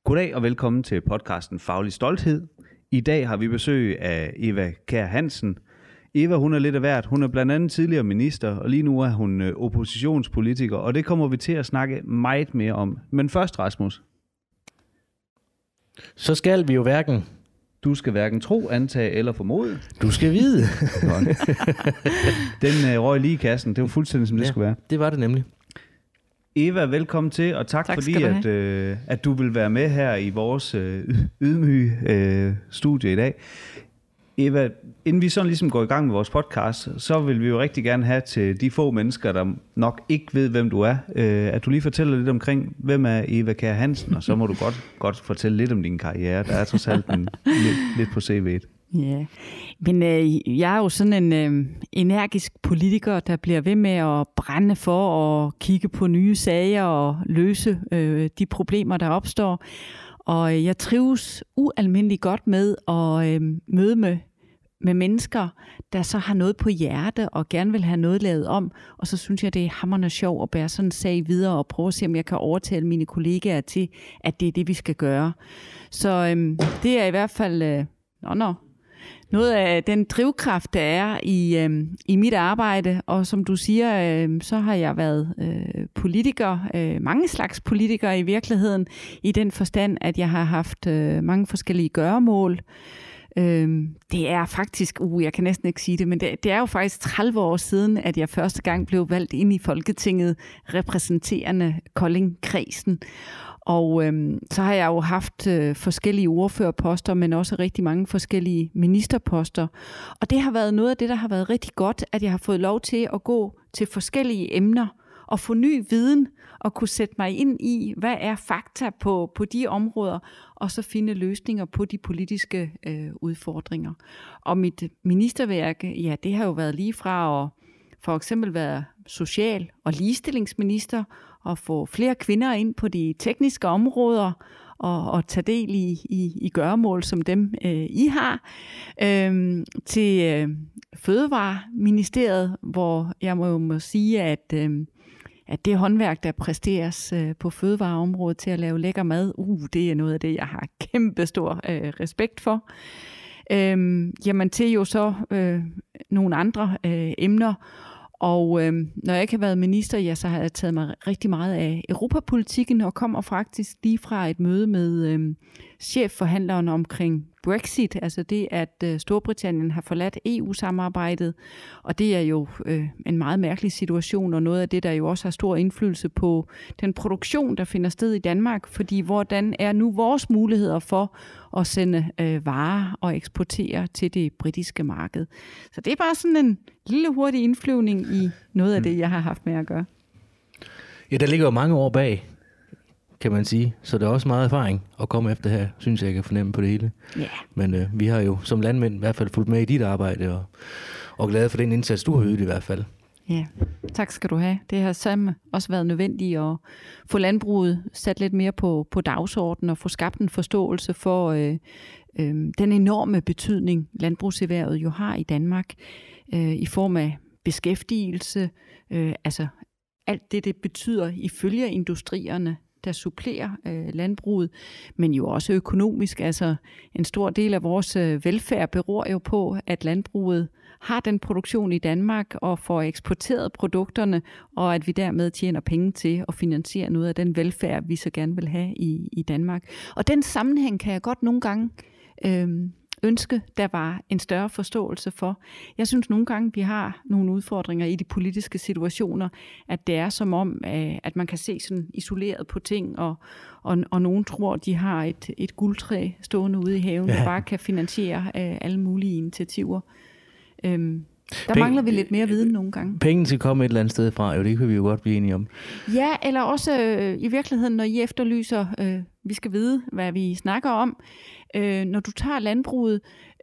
Goddag og velkommen til podcasten Faglig Stolthed. I dag har vi besøg af Eva Kjær Hansen. Eva, hun er lidt af hvert. Hun er blandt andet tidligere minister, og lige nu er hun oppositionspolitiker, og det kommer vi til at snakke meget mere om. Men først, Rasmus. Så skal vi jo hverken... Du skal hverken tro, antage eller formode. Du skal vide. Den røg lige i kassen. Det var fuldstændig, som det skulle være. Det var det nemlig. Eva, velkommen til, og tak fordi, at du vil være med her i vores ydmyge studie i dag. Eva, inden vi sådan ligesom går i gang med vores podcast, så vil vi jo rigtig gerne have til de få mennesker, der nok ikke ved, hvem du er, at du lige fortæller lidt omkring, hvem er Eva Kjær Hansen, og så må du godt fortælle lidt om din karriere. Der er trods alt lidt på CV'et. Ja, men jeg er jo sådan en energisk politiker, der bliver ved med at brænde for at kigge på nye sager og løse de problemer, der opstår. Og jeg trives ualmindeligt godt med at møde med mennesker, der så har noget på hjerte og gerne vil have noget lavet om. Og så synes jeg, det er hamrende sjovt at bære sådan en sag videre og prøve at se, om jeg kan overtale mine kollegaer til, at det er det, vi skal gøre. Så det er i hvert fald noget af den drivkraft, der er i mit arbejde. Og som du siger, så har jeg været politiker, mange slags politikere i virkeligheden, i den forstand, at jeg har haft mange forskellige gøremål. Det er faktisk, jeg kan næsten ikke sige det, men det er jo faktisk 30 år siden, at jeg første gang blev valgt ind i Folketinget, repræsenterende Kolding-kredsen. Og så har jeg jo haft forskellige ordførerposter, men også rigtig mange forskellige ministerposter. Og det har været noget af det, der har været rigtig godt, at jeg har fået lov til at gå til forskellige emner og få ny viden og kunne sætte mig ind i, hvad er fakta på de områder, og så finde løsninger på de politiske udfordringer. Og mit ministerværk, ja, det har jo været lige fra at for eksempel være social- og ligestillingsminister, og få flere kvinder ind på de tekniske områder, og tage del i gøremål som dem, I har, til Fødevareministeriet, hvor jeg må sige, at det håndværk, der præsteres på fødevareområdet til at lave lækker mad, det er noget af det, jeg har kæmpe stor respekt for. Jamen til jo så nogle andre emner. Og når jeg ikke har været minister, ja, så har jeg taget mig rigtig meget af europapolitikken og kommer faktisk lige fra et møde med chefforhandleren omkring Brexit, altså det, at Storbritannien har forladt EU-samarbejdet, og det er jo en meget mærkelig situation, og noget af det, der jo også har stor indflydelse på den produktion, der finder sted i Danmark, fordi hvordan er nu vores muligheder for at sende varer og eksportere til det britiske marked. Så det er bare sådan en lille hurtig indflyvning i noget af det, jeg har haft med at gøre. Ja, der ligger jo mange år bag, kan man sige. Så der er også meget erfaring at komme efter her, synes jeg kan fornemme på det hele. Yeah. Men vi har jo som landmænd i hvert fald fulgt med i dit arbejde, og glade for den indsats, du har ydet i hvert fald. Ja, tak skal du have. Det har sammen også været nødvendigt at få landbruget sat lidt mere på dagsordenen og få skabt en forståelse for den enorme betydning, landbrugserhvervet jo har i Danmark i form af beskæftigelse, altså alt det betyder ifølge industrierne, der supplerer landbruget, men jo også økonomisk. Altså en stor del af vores velfærd beror jo på, at landbruget har den produktion i Danmark og får eksporteret produkterne, og at vi dermed tjener penge til at finansiere noget af den velfærd, vi så gerne vil have i Danmark. Og den sammenhæng kan jeg godt nogle gange ønske, der var en større forståelse for. Jeg synes nogle gange, vi har nogle udfordringer i de politiske situationer, at det er som om, at man kan se sådan isoleret på ting, og nogen tror, de har et guldtræ stående ude i haven, der bare kan finansiere alle mulige initiativer. Der mangler vi lidt mere viden nogle gange. Penge skal komme et eller andet sted fra, jo, det kan vi jo godt blive enige om. Ja, eller også i virkeligheden, når I efterlyser, vi skal vide, hvad vi snakker om. Når du tager landbruget,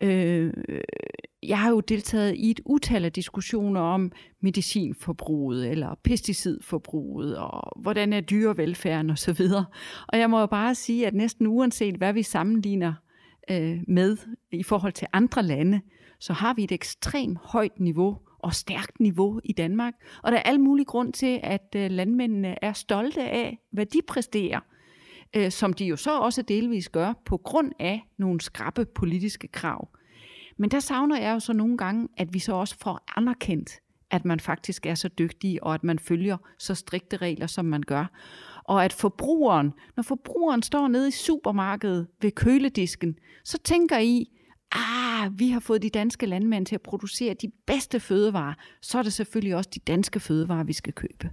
jeg har jo deltaget i et utal af diskussioner om medicinforbruget eller pesticidforbruget, og hvordan er dyrevelfærden osv. Og jeg må jo bare sige, at næsten uanset hvad vi sammenligner med i forhold til andre lande, så har vi et ekstremt højt niveau og stærkt niveau i Danmark. Og der er al mulig grund til, at landmændene er stolte af, hvad de præsterer. som de jo så også delvis gør på grund af nogle skrappe politiske krav. Men der savner jeg jo så nogle gange, at vi så også får anerkendt, at man faktisk er så dygtig, og at man følger så strikte regler, som man gør. Og at når forbrugeren står nede i supermarkedet ved køledisken, så tænker I, vi har fået de danske landmænd til at producere de bedste fødevarer, så er det selvfølgelig også de danske fødevarer, vi skal købe.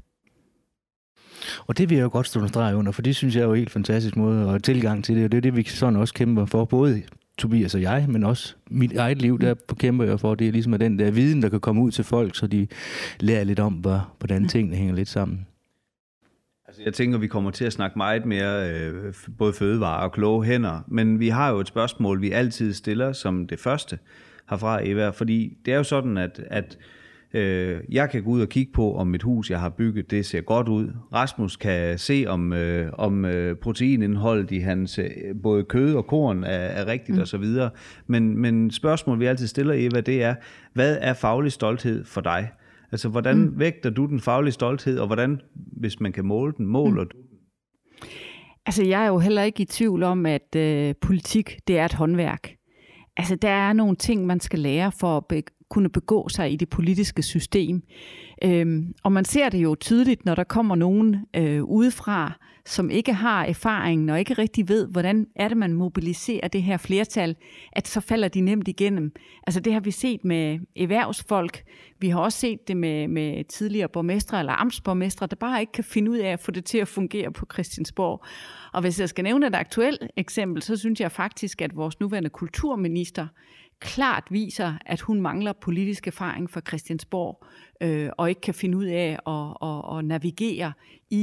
Og det vil jeg jo godt stå en streg under, for det synes jeg er jo en helt fantastisk måde og tilgang til det, og det er det, vi sådan også kæmper for, både Tobias og jeg, men også mit eget liv, der kæmper jeg for, det er ligesom den der viden, der kan komme ud til folk, så de lærer lidt om, hvordan tingene hænger lidt sammen. Altså, jeg tænker, vi kommer til at snakke meget mere både fødevarer og kloge hænder, men vi har jo et spørgsmål, vi altid stiller som det første herfra, Eva, fordi det er jo sådan, at jeg kan gå ud og kigge på, om et hus, jeg har bygget, det ser godt ud. Rasmus kan se, om proteinindholdet i hans både kød og korn er rigtigt og så videre. Men spørgsmålet, vi altid stiller, Eva, det er, hvad er faglig stolthed for dig? Altså, hvordan vægter du den faglige stolthed, og hvordan, hvis man kan måle den, måler du den? Altså, jeg er jo heller ikke i tvivl om, at politik, det er et håndværk. Altså, der er nogle ting, man skal lære for at kunne begå sig i det politiske system. Og man ser det jo tydeligt, når der kommer nogen udefra, som ikke har erfaringen og ikke rigtig ved, hvordan er det, man mobiliserer det her flertal, at så falder de nemt igennem. Altså det har vi set med erhvervsfolk. Vi har også set det med tidligere borgmestre eller amtsborgmestre, der bare ikke kan finde ud af at få det til at fungere på Christiansborg. Og hvis jeg skal nævne et aktuelt eksempel, så synes jeg faktisk, at vores nuværende kulturminister klart viser, at hun mangler politisk erfaring fra Christiansborg, og ikke kan finde ud af at navigere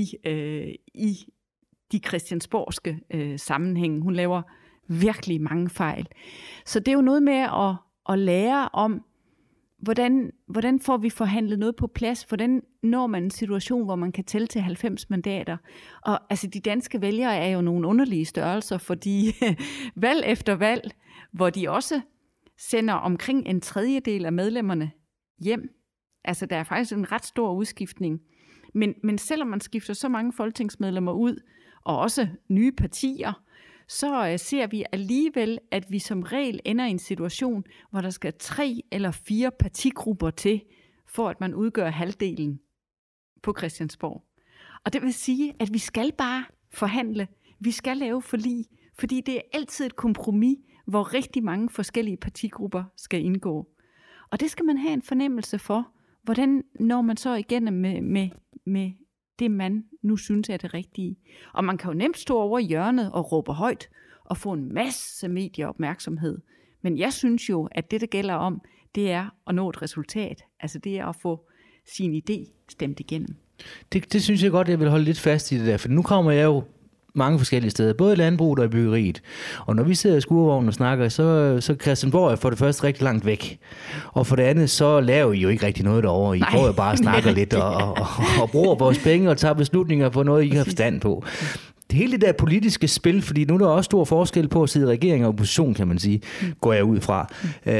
i de christiansborgske sammenhænge. Hun laver virkelig mange fejl. Så det er jo noget med at lære om, hvordan får vi forhandlet noget på plads? Hvordan når man en situation, hvor man kan tælle til 90 mandater? Og altså, de danske vælgere er jo nogle underlige størrelser, fordi valg efter valg, hvor de også sender omkring en tredjedel af medlemmerne hjem. Altså, der er faktisk en ret stor udskiftning. Men selvom man skifter så mange folketingsmedlemmer ud, og også nye partier, så ser vi alligevel, at vi som regel ender i en situation, hvor der skal 3 eller 4 partigrupper til, for at man udgør halvdelen på Christiansborg. Og det vil sige, at vi skal bare forhandle. Vi skal lave forlig, fordi det er altid et kompromis, hvor rigtig mange forskellige partigrupper skal indgå. Og det skal man have en fornemmelse for, hvordan når man så igennem med det, man nu synes er det rigtige. Og man kan jo nemt stå over i hjørnet og råbe højt og få en masse medieopmærksomhed. Men jeg synes jo, at det gælder om, det er at nå et resultat. Altså det er at få sin idé stemt igennem. Det synes jeg godt, jeg vil holde lidt fast i det der, for nu kommer jeg jo mange forskellige steder, både i landbruget og i byggeriet. Og når vi sidder i skurvognen og snakker, så Christiansborg er for det første rigtig langt væk. Og for det andet, så laver I jo ikke rigtig noget derovre. I får jo bare snakke lidt og bruger vores penge og tager beslutninger på noget, I ikke har forstand på. Det hele det der politiske spil, fordi nu er der også stor forskel på at sidde i regering og opposition, kan man sige, går jeg ud fra.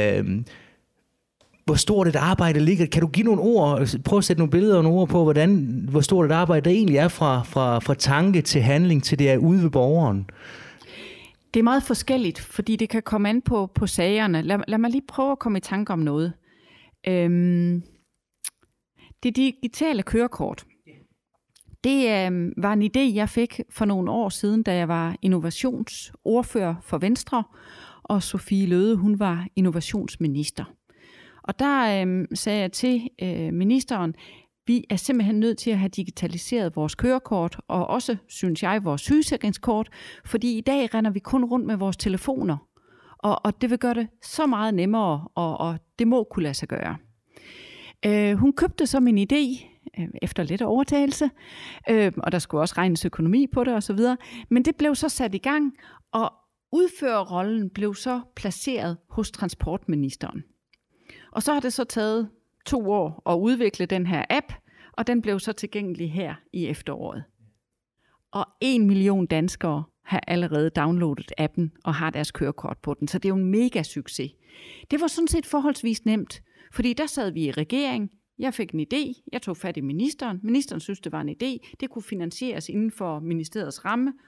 Hvor stort et arbejde ligger? Kan du give nogle ord, prøve at sætte nogle billeder og nogle ord på, hvor stort et arbejde der egentlig er fra tanke til handling, til det er ude ved borgeren? Det er meget forskelligt, fordi det kan komme an på sagerne. Lad mig lige prøve at komme i tanke om noget. Det digitale kørekort, det var en idé, jeg fik for nogle år siden, da jeg var innovationsordfører for Venstre, og Sofie Løhde, hun var innovationsminister. Og der sagde jeg til ministeren, vi er simpelthen nødt til at have digitaliseret vores kørekort, og også, synes jeg, vores sygesikringskort, fordi i dag render vi kun rundt med vores telefoner, og det vil gøre det så meget nemmere, og det må kunne lade sig gøre. Hun købte så min idé, efter lidt overtagelse, og der skulle også regnes økonomi på det osv., men det blev så sat i gang, og udførerrollen blev så placeret hos transportministeren. Og så har det så taget 2 år at udvikle den her app, og den blev så tilgængelig her i efteråret. Og 1 million danskere har allerede downloadet appen og har deres kørekort på den, så det er jo en mega succes. Det var sådan set forholdsvis nemt, fordi der sad vi i regering, jeg fik en idé, jeg tog fat i ministeren synes, det var en idé, det kunne finansieres inden for ministeriets ramme,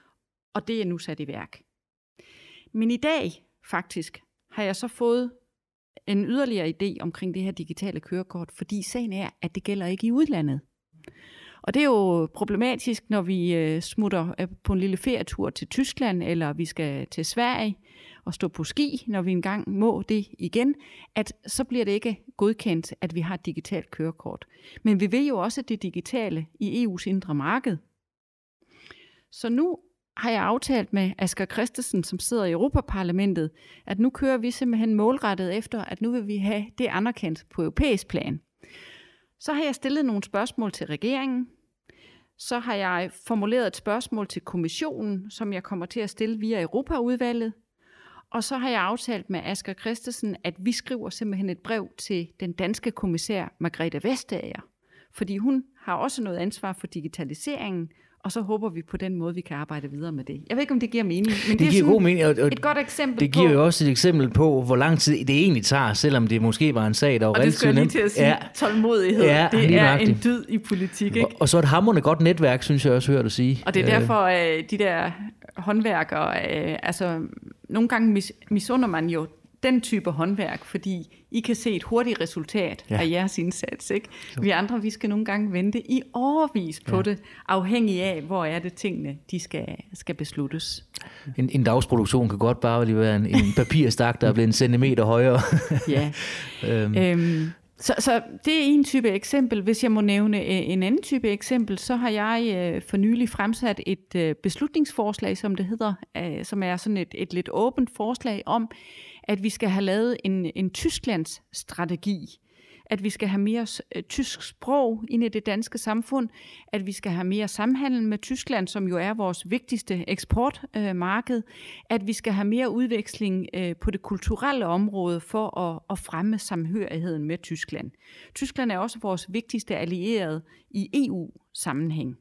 og det er nu sat i værk. Men i dag, faktisk, har jeg så fået en yderligere idé omkring det her digitale kørekort, fordi sagen er, at det gælder ikke i udlandet. Og det er jo problematisk, når vi smutter på en lille ferietur til Tyskland, eller vi skal til Sverige og stå på ski, når vi engang må det igen, at så bliver det ikke godkendt, at vi har et digitalt kørekort. Men vi vil jo også det digitale i EU's indre marked. Så nu har jeg aftalt med Asger Christensen, som sidder i Europaparlamentet, at nu kører vi simpelthen målrettet efter, at nu vil vi have det anerkendt på europæisk plan. Så har jeg stillet nogle spørgsmål til regeringen. Så har jeg formuleret et spørgsmål til kommissionen, som jeg kommer til at stille via Europaudvalget. Og så har jeg aftalt med Asger Christensen, at vi skriver simpelthen et brev til den danske kommissær Margrethe Vestager. Fordi hun har også noget ansvar for digitaliseringen, og så håber vi på den måde, vi kan arbejde videre med det. Jeg ved ikke, om det giver mening, men det giver god mening, og et godt eksempel på... Det giver jo også et eksempel på, hvor lang tid det egentlig tager, selvom det måske var en sag, der var relativt nemt. Og det skal jeg lige til at sige, tålmodighed, det er en dyd i politik, ikke? Og så et hamrende godt netværk, synes jeg også, hører du sige. Og det er derfor, de der håndværkere, altså nogle gange misunder man jo den type håndværk, fordi I kan se et hurtigt resultat af jeres indsats, ikke? Vi andre, vi skal nogle gange vente i årevis på det, afhængig af, hvor er det tingene, de skal besluttes. En dagsproduktion kan godt bare lige være en papirstak, der er blevet en centimeter højere. Ja. Så det er en type eksempel. Hvis jeg må nævne en anden type eksempel, så har jeg for nylig fremsat et beslutningsforslag, som det hedder, som er sådan et lidt åbent forslag om, at vi skal have lavet en Tysklands strategi, at vi skal have mere tysk sprog ind i det danske samfund, at vi skal have mere samhandel med Tyskland, som jo er vores vigtigste eksportmarked, at vi skal have mere udveksling på det kulturelle område for at fremme samhørigheden med Tyskland. Tyskland er også vores vigtigste allierede i EU-sammenhæng.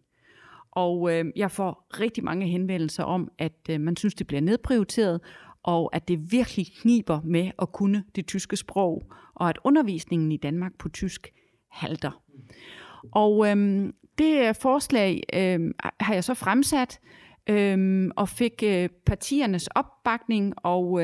Og jeg får rigtig mange henvendelser om, at man synes, det bliver nedprioriteret, og at det virkelig kniber med at kunne det tyske sprog, og at undervisningen i Danmark på tysk halter. Og det forslag har jeg så fremsat, og fik partiernes opbakning, og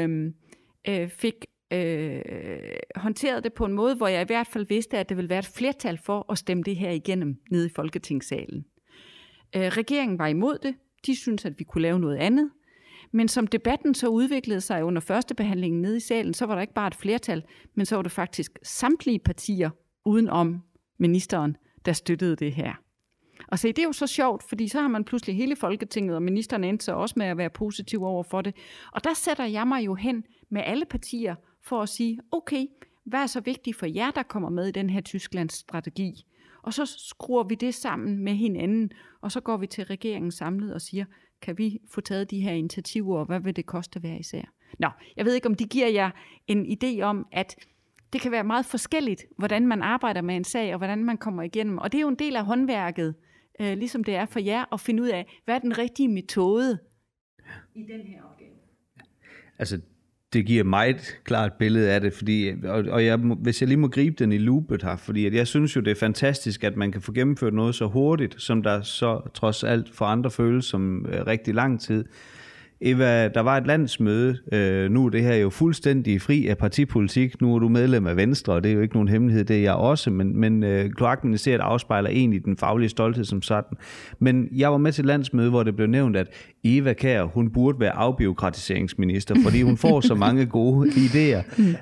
fik håndteret det på en måde, hvor jeg i hvert fald vidste, at det ville være et flertal for at stemme det her igennem nede i Folketingssalen. Regeringen var imod det. De syntes, at vi kunne lave noget andet. Men som debatten så udviklede sig under førstebehandlingen nede i salen, så var der ikke bare et flertal, men så var det faktisk samtlige partier udenom ministeren, der støttede det her. Og se, det er jo så sjovt, fordi så har man pludselig hele Folketinget, og ministeren endte så også med at være positiv over for det. Og der sætter jeg mig jo hen med alle partier for at sige, okay, hvad er så vigtigt for jer, der kommer med i den her Tysklands strategi? Og så skruer vi det sammen med hinanden, og så går vi til regeringen samlet og siger, kan vi få taget de her initiativer, og hvad vil det koste hver især? Nå, jeg ved ikke, om de giver jer en idé om, at det kan være meget forskelligt, hvordan man arbejder med en sag, og hvordan man kommer igennem. Og det er jo en del af håndværket, ligesom det er for jer, at finde ud af, hvad er den rigtige metode i den her opgave? Altså, det giver mig et klart billede af det, fordi, hvis jeg lige må gribe den i loopet her, fordi at jeg synes jo, det er fantastisk, at man kan få gennemført noget så hurtigt, som der så trods alt for andre føles som rigtig lang tid. Eva, der var et landsmøde, nu er det her jo fuldstændig fri af partipolitik, nu er du medlem af Venstre, og det er jo ikke nogen hemmelighed, det er jeg også, men Kloakministeriet afspejler egentlig den faglige stolthed som sådan. Men jeg var med til et landsmøde, hvor det blev nævnt, at Eva Kjær, hun burde være afbureaukratiseringsminister, fordi hun får så mange gode idéer.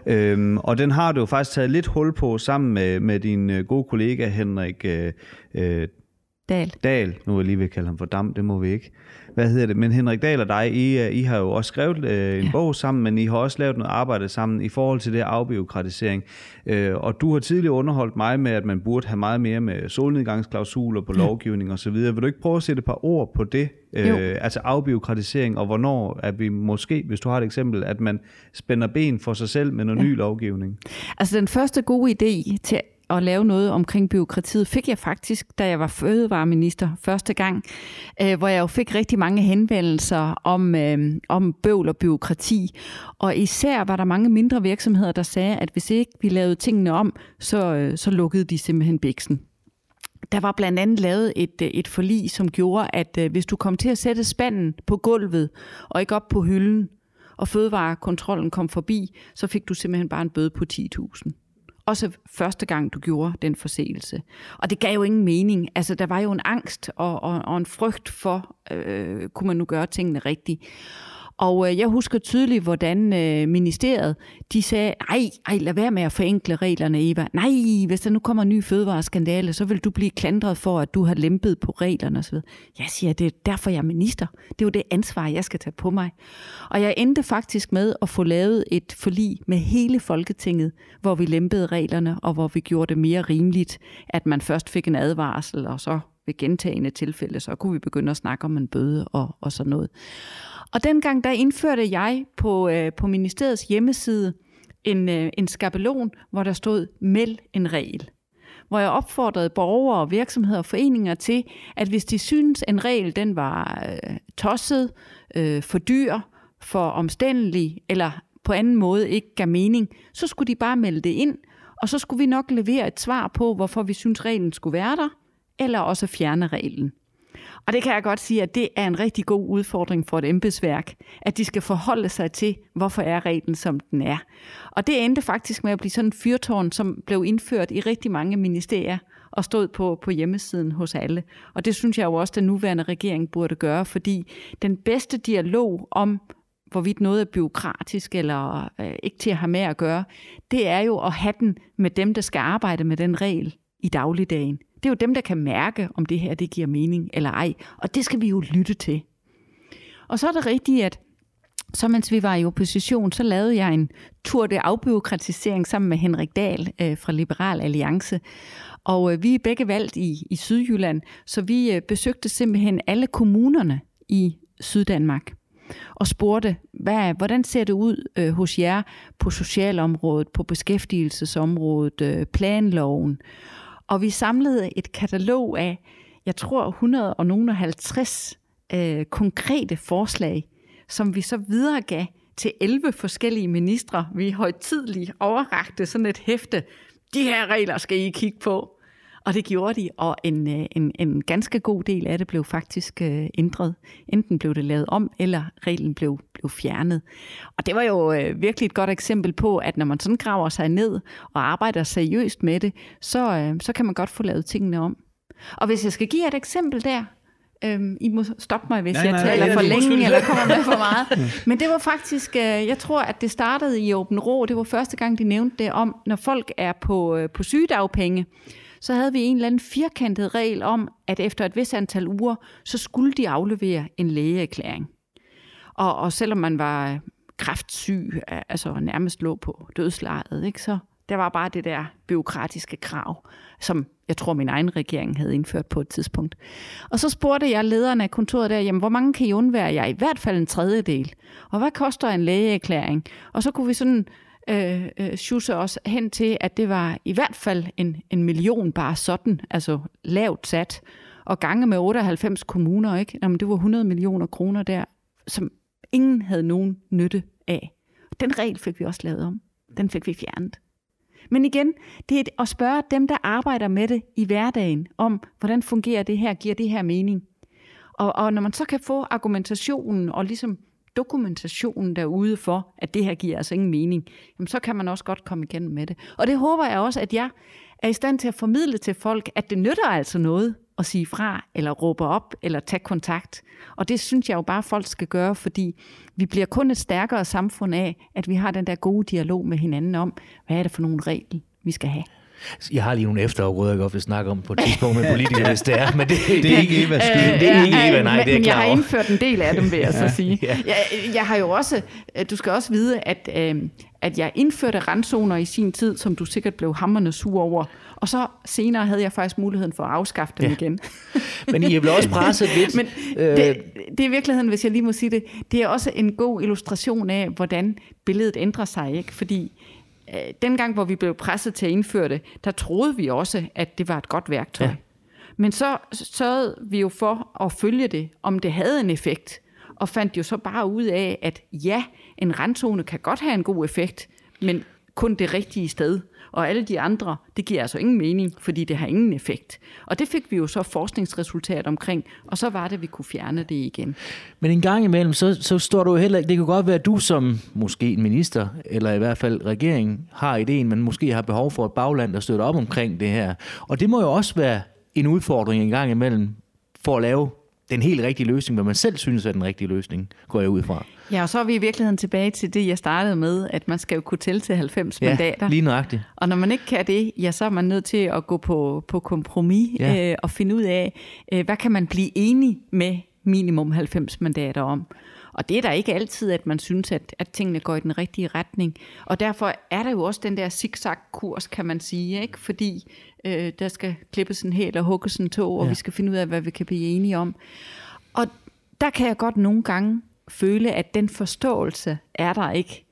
Og den har du jo faktisk taget lidt hul på sammen med din gode kollega Henrik Dahl. Nu er jeg lige ved at kalde ham for Dam, det må vi ikke. Hvad hedder det? Men Henrik Dahl og dig, I har jo også skrevet en bog sammen, men I har også lavet noget arbejde sammen i forhold til det her afbureaukratisering. Og du har tidligere underholdt mig med, at man burde have meget mere med solnedgangsklausuler på lovgivning og så videre. Vil du ikke prøve at sætte et par ord på det? Altså afbureaukratisering, og hvornår er vi måske, hvis du har et eksempel, at man spænder ben for sig selv med noget ny lovgivning? Altså den første gode idé til at lave noget omkring bureaukratiet, fik jeg faktisk, da jeg var fødevareminister første gang, hvor jeg jo fik rigtig mange henvendelser om bøvl og bureaukrati. Og især var der mange mindre virksomheder, der sagde, at hvis ikke vi lavede tingene om, så lukkede de simpelthen biksen. Der var blandt andet lavet et forlig, som gjorde, at hvis du kom til at sætte spanden på gulvet og ikke op på hylden, og fødevarekontrollen kom forbi, så fik du simpelthen bare en bøde på 10.000. Også første gang, du gjorde den forseelse. Og det gav jo ingen mening. Altså, der var jo en angst og en frygt for, kunne man nu gøre tingene rigtigt. Og jeg husker tydeligt, hvordan ministeriet, de sagde, ej, lad være med at forenkle reglerne, Eva. Nej, hvis der nu kommer en ny fødevareskandale, så vil du blive klandret for, at du har lempet på reglerne osv. Jeg siger, det er derfor, jeg er minister. Det er jo det ansvar, jeg skal tage på mig. Og jeg endte faktisk med at få lavet et forlig med hele Folketinget, hvor vi lempede reglerne, og hvor vi gjorde det mere rimeligt, at man først fik en advarsel, og så ved gentagende tilfælde, så kunne vi begynde at snakke om en bøde og sådan noget. Og dengang der indførte jeg på ministeriets hjemmeside en skabelon, hvor der stod meld en regel. Hvor jeg opfordrede borgere, virksomheder og foreninger til, at hvis de synes en regel den var tosset, for dyr, for omstændelig eller på anden måde ikke gav mening, så skulle de bare melde det ind, og så skulle vi nok levere et svar på, hvorfor vi synes reglen skulle være der, eller også fjerne reglen. Og det kan jeg godt sige, at det er en rigtig god udfordring for et embedsværk, at de skal forholde sig til, hvorfor er reglen, som den er. Og det endte faktisk med at blive sådan en fyrtårn, som blev indført i rigtig mange ministerier og stod på hjemmesiden hos alle. Og det synes jeg jo også, den nuværende regering burde gøre, fordi den bedste dialog om, hvorvidt noget er bureaukratisk eller ikke til at have med at gøre, det er jo at have den med dem, der skal arbejde med den regel i dagligdagen. Det er jo dem, der kan mærke, om det her det giver mening eller ej. Og det skal vi jo lytte til. Og så er det rigtigt, at så mens vi var i opposition, så lavede jeg en tur til afbureaukratisering sammen med Henrik Dahl fra Liberal Alliance. Og vi er begge valgt i Sydjylland, så vi besøgte simpelthen alle kommunerne i Syddanmark og spurgte, hvordan ser det ud hos jer på socialområdet, på beskæftigelsesområdet, planloven. Og vi samlede et katalog af, jeg tror 150 konkrete forslag, som vi så videregav til 11 forskellige ministre. Vi højtideligt overrakte sådan et hæfte. De her regler skal I kigge på. Og det gjorde de, og en ganske god del af det blev faktisk ændret. Enten blev det lavet om, eller reglen blev fjernet. Og det var jo virkelig et godt eksempel på, at når man sådan graver sig ned og arbejder seriøst med det, så kan man godt få lavet tingene om. Og hvis jeg skal give et eksempel der, I må stoppe mig, hvis jeg taler for længe, eller kommer med for meget. Men det var faktisk, jeg tror, at det startede i Åben Rå. Det var første gang, de nævnte det om, når folk er på sygedagpenge, så havde vi en eller anden firkantet regel om, at efter et vis antal uger, så skulle de aflevere en lægeerklæring. Og selvom man var kræftsyg, altså nærmest lå på dødslejet, ikke, så der var bare det der bureaukratiske krav, som jeg tror, min egen regering havde indført på et tidspunkt. Og så spurgte jeg lederen af kontoret der, jamen, hvor mange kan I undvære? Jeg i hvert fald en tredjedel. Og hvad koster en lægeerklæring? Og så kunne vi sådan sjusse os hen til, at det var i hvert fald 1 million bare sådan, altså lavt sat, og gange med 98 kommuner, ikke? Jamen, det var 100 millioner kroner der, som ingen havde nogen nytte af. Den regel fik vi også lavet om. Den fik vi fjernet. Men igen, det er at spørge dem, der arbejder med det i hverdagen, om hvordan fungerer det her, giver det her mening. Og når man så kan få argumentationen og ligesom dokumentationen derude for, at det her giver altså ingen mening, jamen så kan man også godt komme igennem med det. Og det håber jeg også, at jeg er i stand til at formidle til folk, at det nytter altså noget at sige fra, eller råbe op, eller tage kontakt. Og det synes jeg jo bare, folk skal gøre, fordi vi bliver kun et stærkere samfund af, at vi har den der gode dialog med hinanden om, hvad er det for nogle regler, vi skal have. Jeg har lige nogle efterafgrøder, jeg godt vil snakke om på et tidspunkt med politikere, hvis det er. Men det er ikke Evas skyld. Det er ikke Eva, nej, det er men klar jeg har indført en del af dem, vil jeg så sige. Ja. Jeg har jo også, du skal også vide, at jeg indførte randzoner i sin tid, som du sikkert blev hamrende sur over. Og så senere havde jeg faktisk muligheden for at afskaffe dem igen. Men I blev også presset lidt. Men det er i virkeligheden, hvis jeg lige må sige det, det er også en god illustration af, hvordan billedet ændrer sig, ikke? Fordi dengang, hvor vi blev presset til at indføre det, der troede vi også, at det var et godt værktøj. Ja. Men så sørgede vi jo for at følge det, om det havde en effekt, og fandt jo så bare ud af, at ja, en randzone kan godt have en god effekt, men kun det rigtige sted. og alle de andre, det giver altså ingen mening, fordi det har ingen effekt. Og det fik vi jo så forskningsresultat omkring, og så var det, at vi kunne fjerne det igen. Men en gang imellem, så står du heller ikke, det kan godt være, at du som måske en minister, eller i hvert fald regeringen, har ideen, men måske har behov for et bagland, der støtter op omkring det her. Og det må jo også være en udfordring en gang imellem, for at lave den helt rigtige løsning, hvad man selv synes er den rigtige løsning, går jeg ud fra. Ja, og så er vi i virkeligheden tilbage til det, jeg startede med, at man skal jo kunne tælle til 90 mandater. Ja, lige nøjagtigt. Og når man ikke kan det, ja, så er man nødt til at gå på kompromis og finde ud af, hvad kan man blive enig med minimum 90 mandater om. Og det er da ikke altid, at man synes, at tingene går i den rigtige retning. Og derfor er der jo også den der zigzag-kurs, kan man sige, ikke? Fordi der skal klippes en hæl og hugges en tå, og vi skal finde ud af, hvad vi kan blive enige om. Og der kan jeg godt nogle gange føle, at den forståelse er der ikke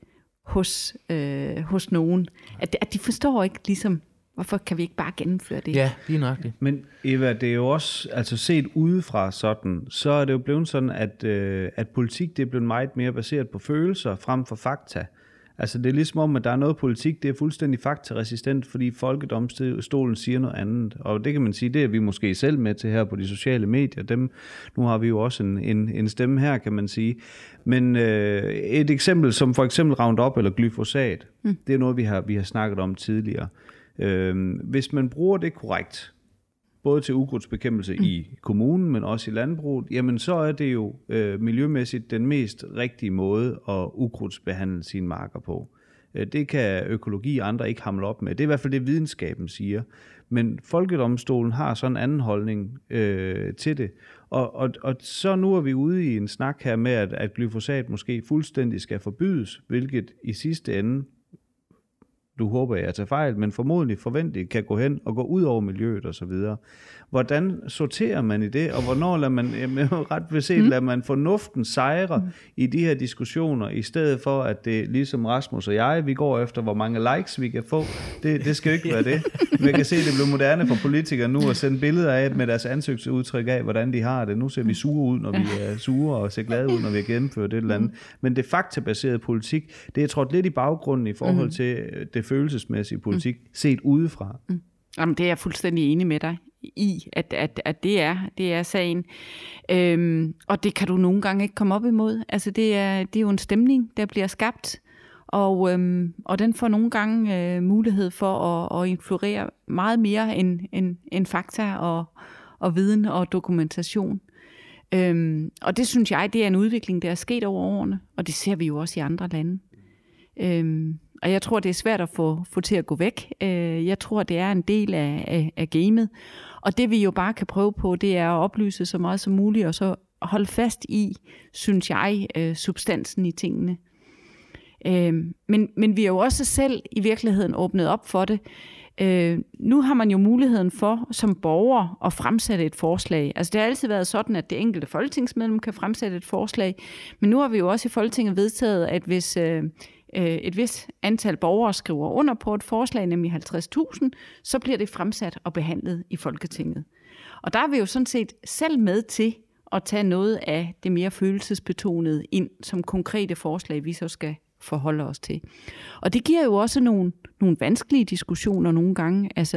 hos nogen. At de forstår ikke ligesom, hvorfor kan vi ikke bare gennemføre det? Ja, lige nøjagtigt. Men Eva, det er jo også, altså set udefra sådan, så er det jo blevet sådan, at politik det er blevet meget mere baseret på følelser frem for fakta. Altså det er ligesom om, at der er noget politik, det er fuldstændig faktaresistent, fordi folkedomstolen siger noget andet. Og det kan man sige, det er vi måske selv med til her på de sociale medier. Nu har vi jo også en stemme her, kan man sige. Men et eksempel som for eksempel Roundup eller glyfosat, det er noget, vi har snakket om tidligere. Hvis man bruger det korrekt, både til ukrudtsbekæmpelse i kommunen, men også i landbruget, jamen så er det jo miljømæssigt den mest rigtige måde at ukrudtsbehandle sine marker på. Det kan økologi og andre ikke hamle op med. Det er i hvert fald det, videnskaben siger. Men Folkedomstolen har sådan en anden holdning til det. Og så nu er vi ude i en snak her med, at glyfosat måske fuldstændig skal forbydes, hvilket i sidste ende, du håber, jeg tager fejl, men formodentlig forventeligt kan gå hen og gå ud over miljøet og så videre. Hvordan sorterer man i det, og hvornår lader man, ret beset, lader man fornuften sejre i de her diskussioner, i stedet for, at det ligesom Rasmus og jeg, vi går efter, hvor mange likes vi kan få. Det skal jo ikke være det. Man kan se, at det bliver moderne for politikere nu at sende billeder af med deres ansigtsudtryk af, hvordan de har det. Nu ser vi sure ud, når vi er sure, og ser glade ud, når vi har gennemført det eller andet. Men det faktabaserede politik, det er trådt lidt i baggrunden i forhold til det følelsesmæssige politik, set udefra. Jamen, det er jeg fuldstændig enig med dig i, at det er sagen. Og det kan du nogle gange ikke komme op imod. Altså, det er jo en stemning, der bliver skabt, og den får nogle gange mulighed for at influere meget mere end fakta og viden og dokumentation. Og det synes jeg, det er en udvikling, der er sket over årene, og det ser vi jo også i andre lande. Og jeg tror, det er svært at få til at gå væk. Jeg tror, det er en del af gamet. Og det vi jo bare kan prøve på, det er at oplyse så meget som muligt, og så holde fast i, synes jeg, substansen i tingene. Men vi har jo også selv i virkeligheden åbnet op for det. Nu har man jo muligheden for som borger at fremsætte et forslag. Altså det har altid været sådan, at det enkelte folketingsmedlem kan fremsætte et forslag. Men nu har vi jo også i Folketinget vedtaget, at hvis et vist antal borgere skriver under på et forslag, nemlig 50.000, så bliver det fremsat og behandlet i Folketinget. Og der er vi jo sådan set selv med til at tage noget af det mere følelsesbetonede ind som konkrete forslag, vi så skal forholde os til. Og det giver jo også nogle vanskelige diskussioner nogle gange. Altså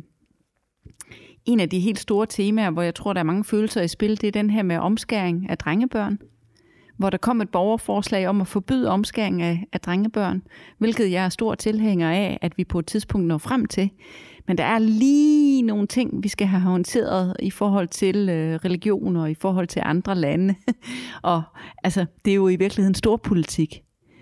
en af de helt store temaer, hvor jeg tror, der er mange følelser i spil, det er den her med omskæring af drengebørn, hvor der kom et borgerforslag om at forbyde omskæring af drengebørn, hvilket jeg er stor tilhænger af, at vi på et tidspunkt når frem til. Men der er lige nogle ting, vi skal have håndteret i forhold til religion og i forhold til andre lande. Og altså, det er jo i virkeligheden stor politik.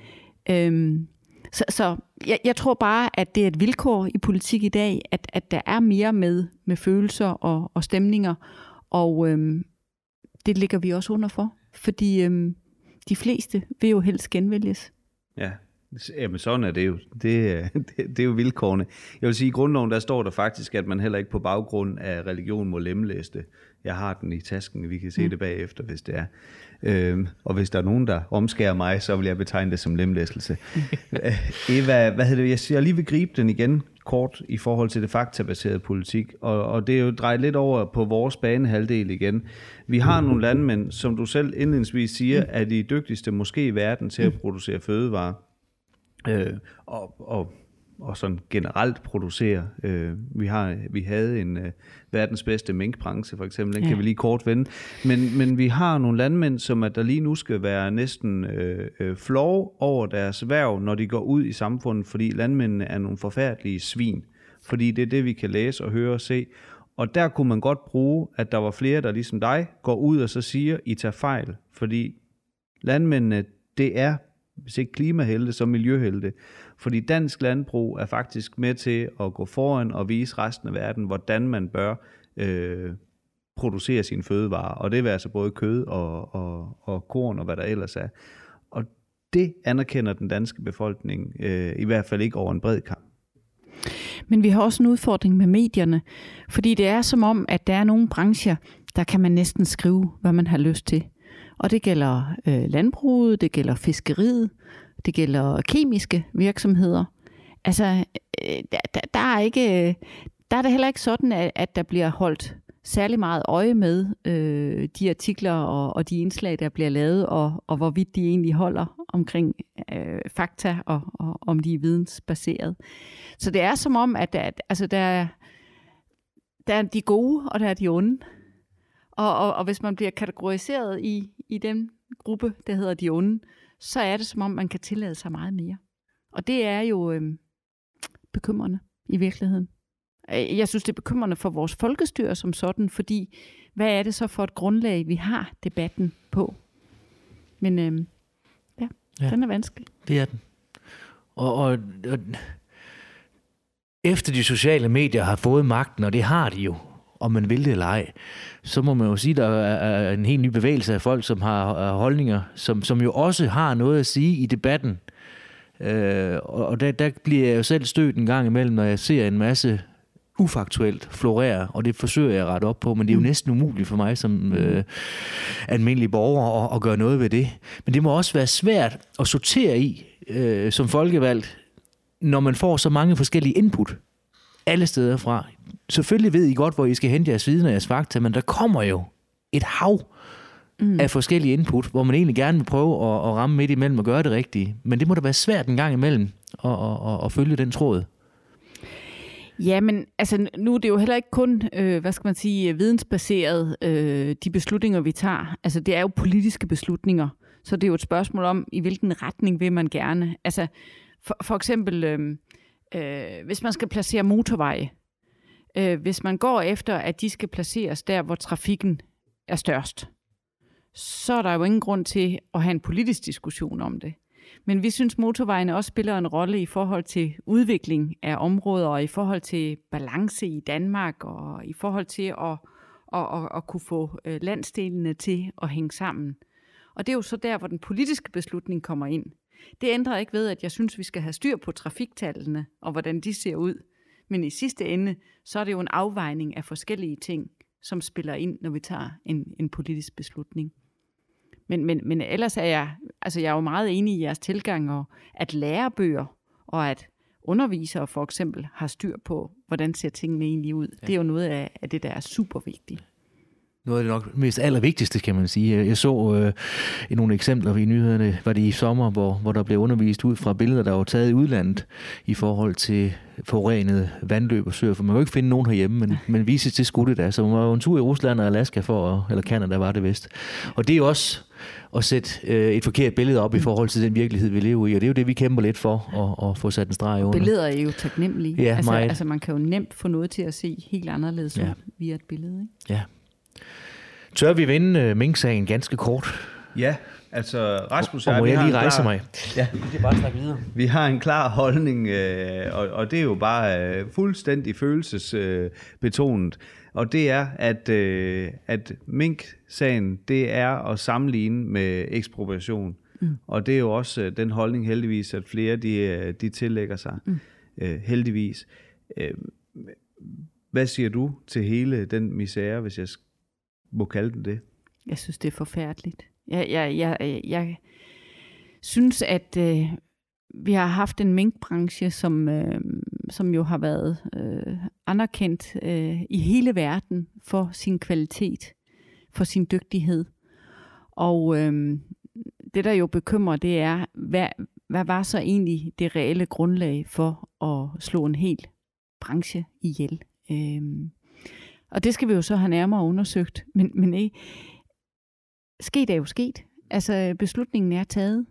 Så jeg tror bare, at det er et vilkår i politik i dag, at der er mere med følelser og stemninger, og det ligger vi også under for, fordi de fleste vil jo helst genvælges. Ja, jamen sådan er det jo. Det er jo vilkårene. Jeg vil sige, i grundloven der står der faktisk, at man heller ikke på baggrund af religion må lemlæse det. Jeg har den i tasken, vi kan se det bagefter, hvis det er. Og hvis der er nogen, der omskærer mig, så vil jeg betegne det som lemlæselse. Eva, hvad hedder det? Jeg lige vil gribe den igen kort i forhold til det faktabaserede politik, og det er jo drejet lidt over på vores banehalvdel igen. Vi har nogle landmænd, som du selv indledningsvis siger, er de dygtigste måske i verden til at producere fødevarer. Og og sådan generelt producere. Vi havde en verdens bedste minkbranche for eksempel, den kan vi lige kort vende. Men vi har nogle landmænd, som at der lige nu skal være næsten flove over deres erhverv, når de går ud i samfundet, fordi landmændene er nogle forfærdelige svin. Fordi det er det, vi kan læse og høre og se. Og der kunne man godt bruge, at der var flere, der ligesom dig går ud og så siger, I tager fejl. Fordi landmændene, det er, hvis ikke klimahelte, så miljøhelte. Fordi dansk landbrug er faktisk med til at gå foran og vise resten af verden, hvordan man bør producere sine fødevarer. Og det vil altså både kød og korn og hvad der ellers er. Og det anerkender den danske befolkning, i hvert fald ikke over en bred kam. Men vi har også en udfordring med medierne, fordi det er som om, at der er nogle brancher, der kan man næsten skrive, hvad man har lyst til. Og det gælder landbruget, det gælder fiskeriet, det gælder kemiske virksomheder. Altså, der er det heller ikke sådan, at der bliver holdt særlig meget øje med de artikler og de indslag, der bliver lavet, og hvorvidt de egentlig holder omkring fakta, og om de er vidensbaseret. Så det er som om, at der er de gode, og der er de onde. Og hvis man bliver kategoriseret i den gruppe, der hedder de onde, så er det som om, man kan tillade sig meget mere. Og det er jo bekymrende i virkeligheden. Jeg synes, det er bekymrende for vores folkestyre som sådan, fordi hvad er det så for et grundlag, vi har debatten på? Men den er vanskelig. Det er den. Og efter de sociale medier har fået magten, og det har de jo, om man vil det eller ej, så må man jo sige, at der er en helt ny bevægelse af folk, som har holdninger, som jo også har noget at sige i debatten. Og der bliver jeg jo selv stødt en gang imellem, når jeg ser en masse ufaktuelt florere, og det forsøger jeg at rette op på, men det er jo næsten umuligt for mig som almindelig borger at gøre noget ved det. Men det må også være svært at sortere i som folkevalgt, når man får så mange forskellige input alle steder fra. Selvfølgelig ved I godt, hvor I skal hente jeres viden og jeres fakta, men der kommer jo et hav af forskellige input, hvor man egentlig gerne vil prøve at ramme midt imellem og gøre det rigtige. Men det må da være svært en gang imellem at følge den tråd. Ja, men altså, nu er det jo heller ikke kun, vidensbaseret, de beslutninger, vi tager. Altså, det er jo politiske beslutninger, så det er jo et spørgsmål om, i hvilken retning vil man gerne. Altså, for eksempel, hvis man skal placere motorveje, hvis man går efter, at de skal placeres der, hvor trafikken er størst, så er der jo ingen grund til at have en politisk diskussion om det. Men vi synes, motorvejene også spiller en rolle i forhold til udvikling af områder, og i forhold til balance i Danmark, og i forhold til at kunne få landsdelene til at hænge sammen. Og det er jo så der, hvor den politiske beslutning kommer ind. Det ændrer ikke ved, at jeg synes, vi skal have styr på trafiktallene, og hvordan de ser ud. Men i sidste ende, så er det jo en afvejning af forskellige ting, som spiller ind, når vi tager en politisk beslutning. Men ellers er jeg er jo meget enig i jeres tilgang, og at lærebøger og at undervisere for eksempel har styr på, hvordan ser tingene egentlig ud. Ja. Det er jo noget af det, der er super vigtigt. Noget af det nok mest allervigtigste, kan man sige. Jeg så i nogle eksempler i nyhederne, var det i sommer, hvor der blev undervist ud fra billeder, der var taget i udlandet i forhold til forurenede vandløb og søer, for man kan jo ikke finde nogen herhjemme, men vises til skuddet der. Så man var jo en tur i Rusland og Alaska eller Canada var det vist. Og det er jo også at sætte et forkert billede op i forhold til den virkelighed, vi lever i, og det er jo det, vi kæmper lidt for at få sat en streg under. Billeder er jo taknemmelige. Ja, altså man kan jo nemt få noget til at se helt anderledes ud via et billede. Ikke? Ja. Tør vi vinde Mink-sagen ganske kort? Ja, altså Rasmus og må jeg lige rejse mig? Ja, det er bare at snakke videre. Vi har en klar holdning, og det er jo bare fuldstændig følelsesbetonet. Og det er, at Mink-sagen, det er at sammenligne med ekspropriation. Og det er jo også den holdning heldigvis, at flere de tillægger sig. Heldigvis. Hvad siger du til hele den misære, hvis jeg må kalde den det? Jeg synes, det er forfærdeligt. Jeg synes, at vi har haft en minkbranche, som jo har været anerkendt i hele verden for sin kvalitet, for sin dygtighed. Og det, der jo bekymrer, det er, hvad var så egentlig det reelle grundlag for at slå en hel branche ihjel? Og det skal vi jo så have nærmere undersøgt. Men ikke. Sket er jo sket. Altså, beslutningen er taget.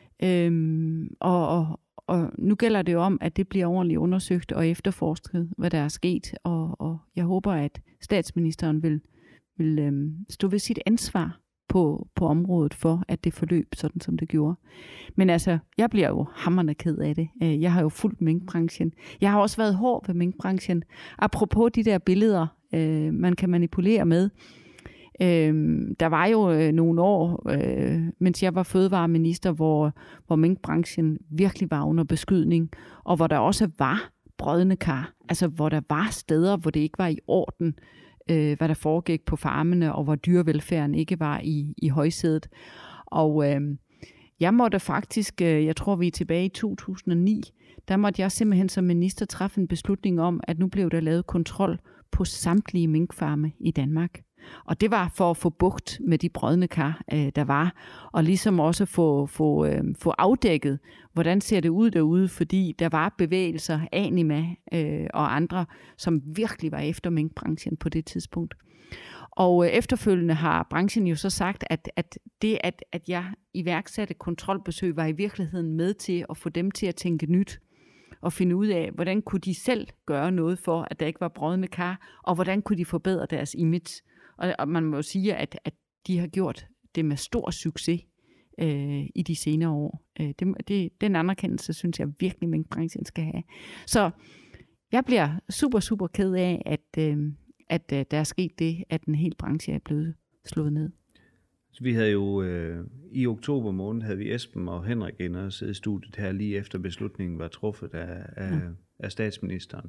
Og nu gælder det jo om, at det bliver ordentligt undersøgt og efterforsket, hvad der er sket. Og jeg håber, at statsministeren vil stå ved sit ansvar på området for, at det forløb sådan, som det gjorde. Men altså, jeg bliver jo hamrende ked af det. Jeg har jo fulgt minkbranchen. Jeg har også været hård ved minkbranchen. Apropos de der billeder, man kan manipulere med. Der var jo nogle år, mens jeg var fødevareminister, hvor minkbranchen virkelig var under beskydning, og hvor der også var brodne kar. Altså, hvor der var steder, hvor det ikke var i orden, hvad der foregik på farmene, og hvor dyrevelfærden ikke var i højsædet. Og jeg måtte faktisk, jeg tror vi er tilbage i 2009, der måtte jeg simpelthen som minister træffe en beslutning om, at nu blev der lavet kontrol på samtlige minkfarme i Danmark. Og det var for at få bugt med de brodne kar, der var, og ligesom også få afdækket, hvordan ser det ud derude, fordi der var bevægelser, Anima og andre, som virkelig var efter minkbranchen på det tidspunkt. Og efterfølgende har branchen jo så sagt, at det, at jeg iværksatte kontrolbesøg, var i virkeligheden med til at få dem til at tænke nyt, og finde ud af, hvordan kunne de selv gøre noget for, at der ikke var brodne kar, og hvordan kunne de forbedre deres image. Og man må jo sige, at de har gjort det med stor succes i de senere år. Den anerkendelse, synes jeg virkelig, minkbranchen skal have. Så jeg bliver super, super ked af, at der er sket det, at en hel branche er blevet slået ned. Så vi havde jo i oktober måned, havde vi Esben og Henrik ind og sidde i studiet her lige efter beslutningen var truffet af statsministeren.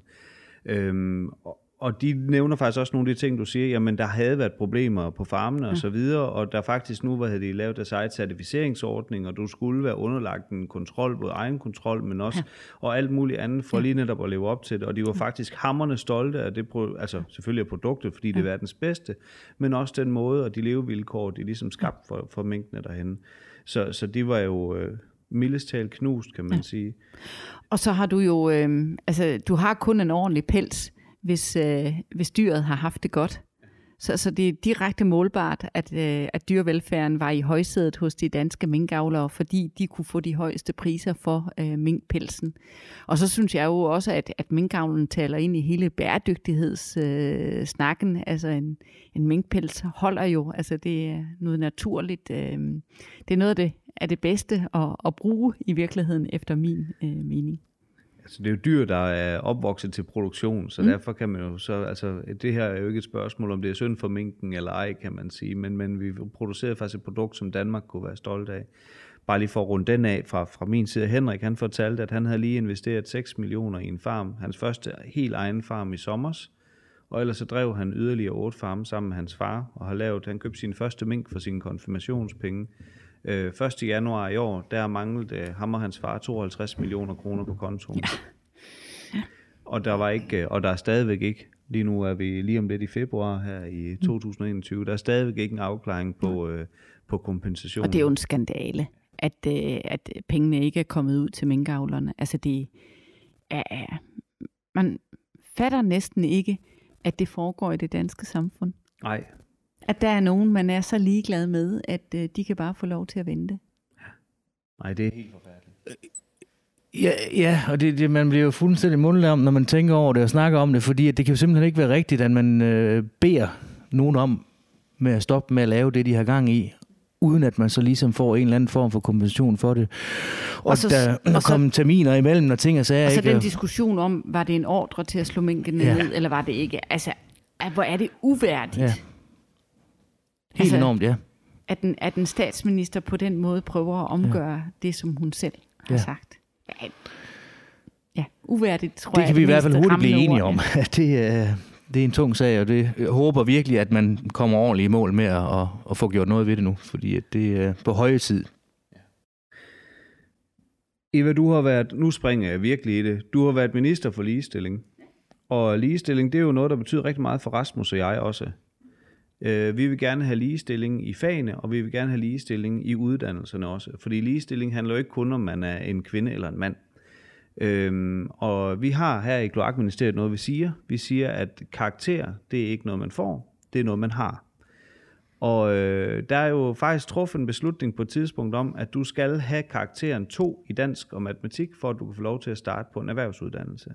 Og de nævner faktisk også nogle af de ting, du siger, jamen der havde været problemer på farmene og så videre, og der faktisk nu havde de lavet deres eget certificeringsordning, og du skulle være underlagt en kontrol, både egen kontrol, men også og alt muligt andet, for lige netop at leve op til det. Og de var faktisk hamrende stolte af det, altså selvfølgelig af produktet, fordi det er verdens bedste, men også den måde og de levevilkår, de ligesom skabt for minkene derhenne. Så de var jo mildest talt knust, kan man sige. Og så har du jo, du har kun en ordentlig pels, hvis dyret har haft det godt. Så det er direkte målbart, at dyrevelfærden var i højsædet hos de danske minkavlere, fordi de kunne få de højeste priser for minkpelsen. Og så synes jeg jo også, at minkavlen taler ind i hele bæredygtighedssnakken. Altså en minkpels holder jo, altså det er noget naturligt. Det er noget af det bedste at bruge i virkeligheden, efter min mening. Altså, det er jo dyr, der er opvokset til produktion, så derfor kan man jo så, altså det her er jo ikke et spørgsmål, om det er synd for minken eller ej, kan man sige, men vi producerede faktisk et produkt, som Danmark kunne være stolt af. Bare lige for at runde den af fra min side. Henrik, han fortalte, at han havde lige investeret 6 millioner i en farm, hans første helt egen farm i sommers, og ellers så drev han yderligere 8 farme sammen med hans far, og han købte sin første mink for sine konfirmationspenge. 1. januar i år, der manglede ham og hans far 52 millioner kroner på kontoen. Ja. Og der er stadigvæk ikke, lige nu er vi lige om lidt i februar her i 2021, der er stadigvæk ikke en afklaring på kompensation. Og det er jo en skandale, at pengene ikke er kommet ud til minkavlerne. Altså det er, man fatter næsten ikke, at det foregår i det danske samfund. Nej. At der er nogen, man er så ligeglad med, at de kan bare få lov til at vente. Nej, det er helt forfærdeligt. Ja, og det man bliver jo fuldstændig mundlam, når man tænker over det og snakker om det, fordi det kan jo simpelthen ikke være rigtigt, at man beder nogen om med at stoppe med at lave det, de har gang i, uden at man så ligesom får en eller anden form for kompensation for det. Og der kommer terminer imellem, og ting og sager. Og så den diskussion om, var det en ordre til at slå minken ned, eller var det ikke? Altså, hvor er det uværdigt. Ja. Helt enormt, ja. At en statsminister på den måde prøver at omgøre det, som hun selv har sagt. Ja, uværdigt, tror jeg. Det kan vi i hvert fald hurtigt blive enige om. Det er en tung sag, og det jeg håber virkelig, at man kommer ordentligt i mål med at få gjort noget ved det nu, fordi det er på høje tid. Ja. Eva, du har været, nu springer jeg virkelig i det, du har været minister for ligestilling. Og ligestilling, det er jo noget, der betyder rigtig meget for Rasmus og jeg også. Vi vil gerne have ligestilling i fagene, og vi vil gerne have ligestilling i uddannelserne også. Fordi ligestilling handler jo ikke kun om, man er en kvinde eller en mand. Og vi har her i Kloakministeriet noget, vi siger. Vi siger, at karakter, det er ikke noget, man får, det er noget, man har. Og der er jo faktisk truffet en beslutning på et tidspunkt om, at du skal have karakteren 2 i dansk og matematik, for at du kan få lov til at starte på en erhvervsuddannelse.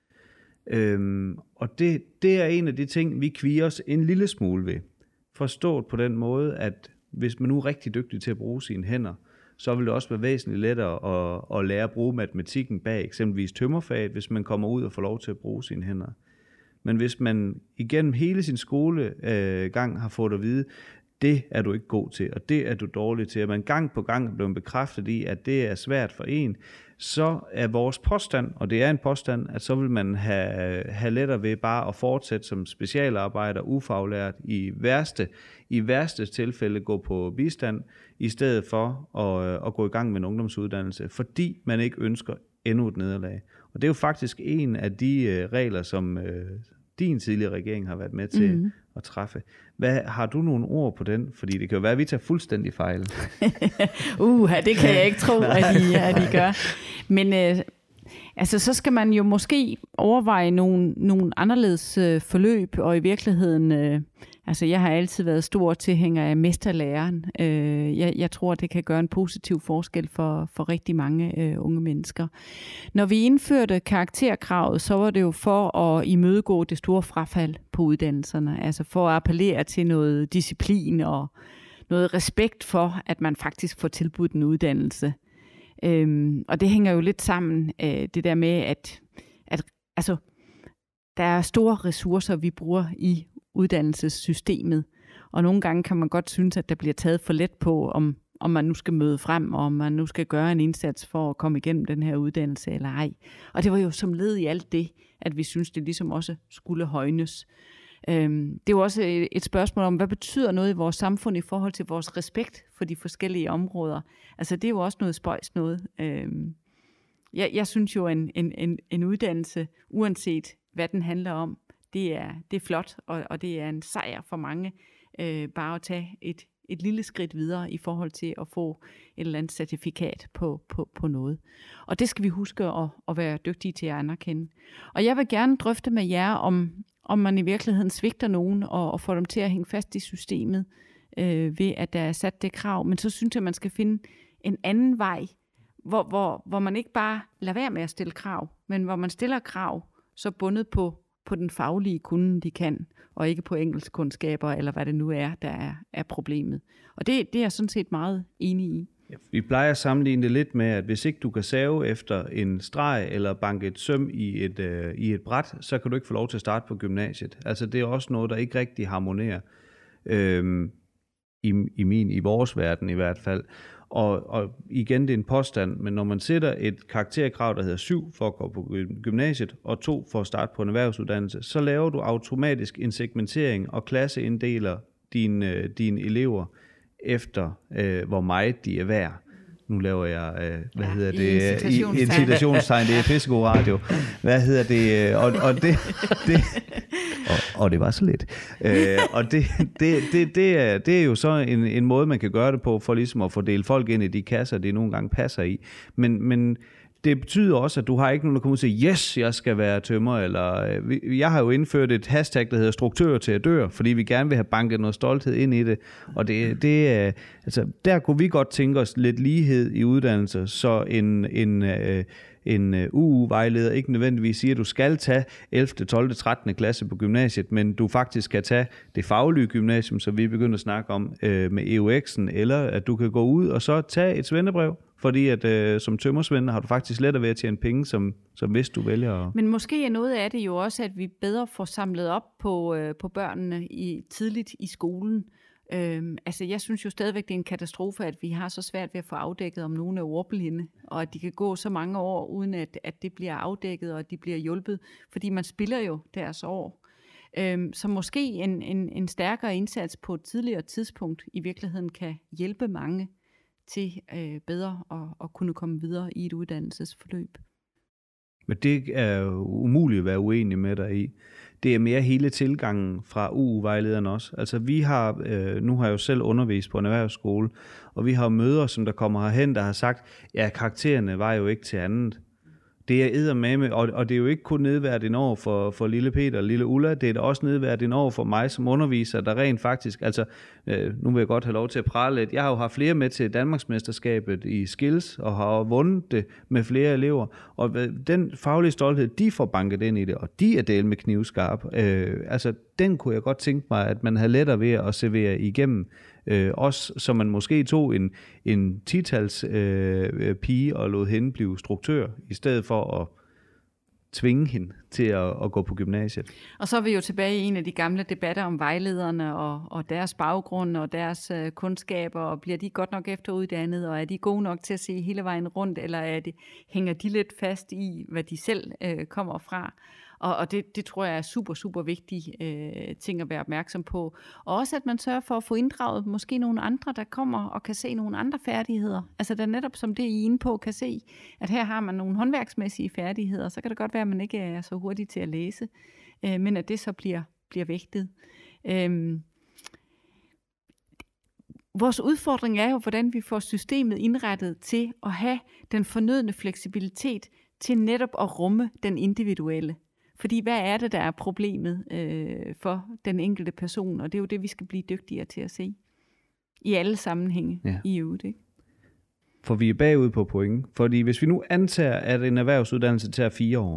Og det er en af de ting, vi kvier os en lille smule ved. Forstået på den måde, at hvis man nu er rigtig dygtig til at bruge sine hænder, så vil det også være væsentligt lettere at lære at bruge matematikken bag eksempelvis tømmerfaget, hvis man kommer ud og får lov til at bruge sine hænder. Men hvis man igennem hele sin skolegang har fået at vide, det er du ikke god til, og det er du dårlig til, og man gang på gang er blevet bekræftet i, at det er svært for en, så er vores påstand, og det er en påstand, at så vil man have lettere ved bare at fortsætte som specialarbejder, ufaglært, i værste tilfælde gå på bistand, i stedet for at gå i gang med en ungdomsuddannelse, fordi man ikke ønsker endnu et nederlag. Og det er jo faktisk en af de regler, som din tidligere regering har været med til at træffe. Har du nogle ord på den? Fordi det kan jo være, at vi tager fuldstændig fejl. Det kan jeg ikke tro, at I gør. Men så skal man jo måske overveje nogle anderledes forløb, og i virkeligheden, jeg har altid været stor tilhænger af mesterlæren. Jeg tror, det kan gøre en positiv forskel for rigtig mange unge mennesker. Når vi indførte karakterkravet, så var det jo for at imødegå det store frafald på uddannelserne, altså for at appellere til noget disciplin og noget respekt for, at man faktisk får tilbudt en uddannelse. Og det hænger jo lidt sammen, det der med, at der er store ressourcer, vi bruger i uddannelsessystemet. Og nogle gange kan man godt synes, at der bliver taget for let på, om man nu skal møde frem, og om man nu skal gøre en indsats for at komme igennem den her uddannelse eller ej. Og det var jo som led i alt det, at vi synes, det ligesom også skulle højnes. Det er jo også et spørgsmål om, hvad betyder noget i vores samfund i forhold til vores respekt for de forskellige områder. Altså det er jo også noget spøjs noget. Jeg synes jo, en uddannelse, uanset hvad den handler om, det er flot, og det er en sejr for mange, bare at tage et lille skridt videre i forhold til at få et eller andet certifikat på noget. Og det skal vi huske at være dygtige til at anerkende. Og jeg vil gerne drøfte med jer, om man i virkeligheden svigter nogen og får dem til at hænge fast i systemet ved, at der er sat det krav. Men så synes jeg, man skal finde en anden vej, hvor man ikke bare lader være med at stille krav, men hvor man stiller krav, så bundet på den faglige kunde, de kan, og ikke på engelskkundskaber, eller hvad det nu er, der er problemet. Og det er jeg sådan set meget enig i. Ja, vi plejer at sammenligne det lidt med, at hvis ikke du kan save efter en streg, eller banke et søm i et bræt, så kan du ikke få lov til at starte på gymnasiet. Altså det er også noget, der ikke rigtig harmonerer, i vores verden i hvert fald. Og igen, det er en påstand, men når man sætter et karakterkrav, der hedder 7 for at gå på gymnasiet, og 2 for at starte på en erhvervsuddannelse, så laver du automatisk en segmentering og klasseinddeler dine elever efter, hvor meget de er værd. Nu laver jeg, i citationstegn, det er pissegod radio. Og det var så lidt. Og det er jo så en måde, man kan gøre det på, for ligesom at fordele folk ind i de kasser, de nogle gange passer i. Men det betyder også, at du har ikke nogen, der kommer ud og siger, yes, jeg skal være tømrer, eller jeg har jo indført et hashtag, der hedder struktør til at dør, fordi vi gerne vil have banket noget stolthed ind i det. Og altså, der kunne vi godt tænke os lidt lighed i uddannelse, så en UU-vejleder ikke nødvendigvis siger, at du skal tage 11., 12., 13. klasse på gymnasiet, men du faktisk kan tage det faglige gymnasium, som vi begynder at snakke om med EUX'en, eller at du kan gå ud og så tage et svendebrev, fordi at som tømmersvend har du faktisk lettere ved at tjene penge, som hvis du vælger. Men måske er noget af det jo også, at vi bedre får samlet op på børnene tidligt i skolen. Jeg synes jo stadigvæk, det er en katastrofe, at vi har så svært ved at få afdækket, om nogen er ordblinde, og at de kan gå så mange år, uden at det bliver afdækket, og at de bliver hjulpet, fordi man spilder jo deres år. Så måske en stærkere indsats på et tidligere tidspunkt i virkeligheden kan hjælpe mange til bedre at kunne komme videre i et uddannelsesforløb. Men det er jo umuligt at være uenig med dig i. Det er mere hele tilgangen fra UU-vejlederen også. Altså vi har, nu har jeg jo selv undervist på en erhvervsskole, og vi har møder, som der kommer herhen, der har sagt, ja, karaktererne var jo ikke til andet. Det er eddermame, og det er jo ikke kun nedværdigt over for lille Peter og lille Ulla, det er da også nedværdigt over for mig som underviser, der rent faktisk, altså nu vil jeg godt have lov til at prale lidt, jeg har jo haft flere med til Danmarksmesterskabet i skills, og har vundet det med flere elever, og den faglige stolthed, de får banket ind i det, og de er delt med knivskarp. Altså den kunne jeg godt tænke mig, at man havde lettere ved at servere igennem, også så man måske tog en 10-tals pige og lod hende blive struktør, i stedet for at tvinge hende til at gå på gymnasiet. Og så er vi jo tilbage i en af de gamle debatter om vejlederne og deres baggrund og deres kundskaber, og bliver de godt nok efteruddannet, og er de gode nok til at se hele vejen rundt, eller hænger de lidt fast i, hvad de selv kommer fra? Og det tror jeg er super, super vigtige ting at være opmærksom på. Og også at man sørger for at få inddraget måske nogle andre, der kommer og kan se nogle andre færdigheder. Altså der netop som det I er inde på, kan se, at her har man nogle håndværksmæssige færdigheder. Så kan det godt være, at man ikke er så hurtig til at læse, men at det så bliver vægtet. Vores udfordring er jo, hvordan vi får systemet indrettet til at have den fornødne fleksibilitet til netop at rumme den individuelle. Fordi hvad er det, der er problemet for den enkelte person? Og det er jo det, vi skal blive dygtigere til at se. I alle sammenhænge i øvrigt, ikke? For vi er bagud på point. Fordi hvis vi nu antager, at en erhvervsuddannelse tager 4 år,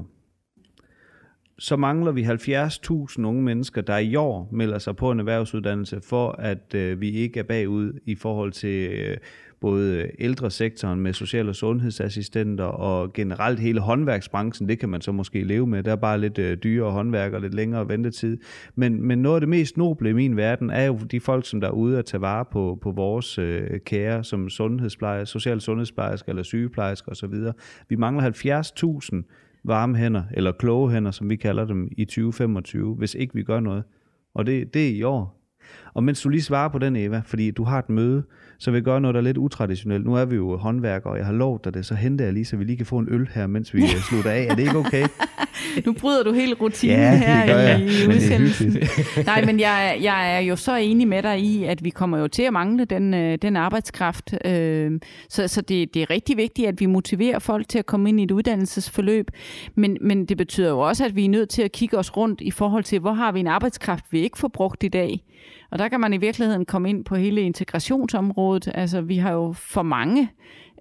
så mangler vi 70.000 unge mennesker, der i år melder sig på en erhvervsuddannelse, for at vi ikke er bagud i forhold til både ældresektoren med social- og sundhedsassistenter og generelt hele håndværksbranchen. Det kan man så måske leve med. Der er bare lidt dyrere håndværk og lidt længere ventetid. Men noget af det mest noble i min verden er jo de folk, som der er ude at tage vare på vores kære som social- sundhedsplejersker eller sygeplejersker osv. Vi mangler 70.000 varme hænder, eller kloge hænder, som vi kalder dem, i 2025, hvis ikke vi gør noget. Og det er i år. Og mens du lige svarer på den, Eva, fordi du har et møde, så vil jeg gøre noget, der er lidt utraditionelt. Nu er vi jo håndværkere, og jeg har lovet dig det, så henter jeg lige, så vi lige kan få en øl her, mens vi slutter af. Er det ikke okay? Nu bryder du hele rutinen her i udsendelsen. Nej, men jeg er jo så enig med dig i, at vi kommer jo til at mangle den arbejdskraft. Så det er rigtig vigtigt, at vi motiverer folk til at komme ind i et uddannelsesforløb. Men det betyder jo også, at vi er nødt til at kigge os rundt i forhold til, hvor har vi en arbejdskraft, vi ikke får brugt i dag. Og der kan man i virkeligheden komme ind på hele integrationsområdet. Altså, vi har jo for mange,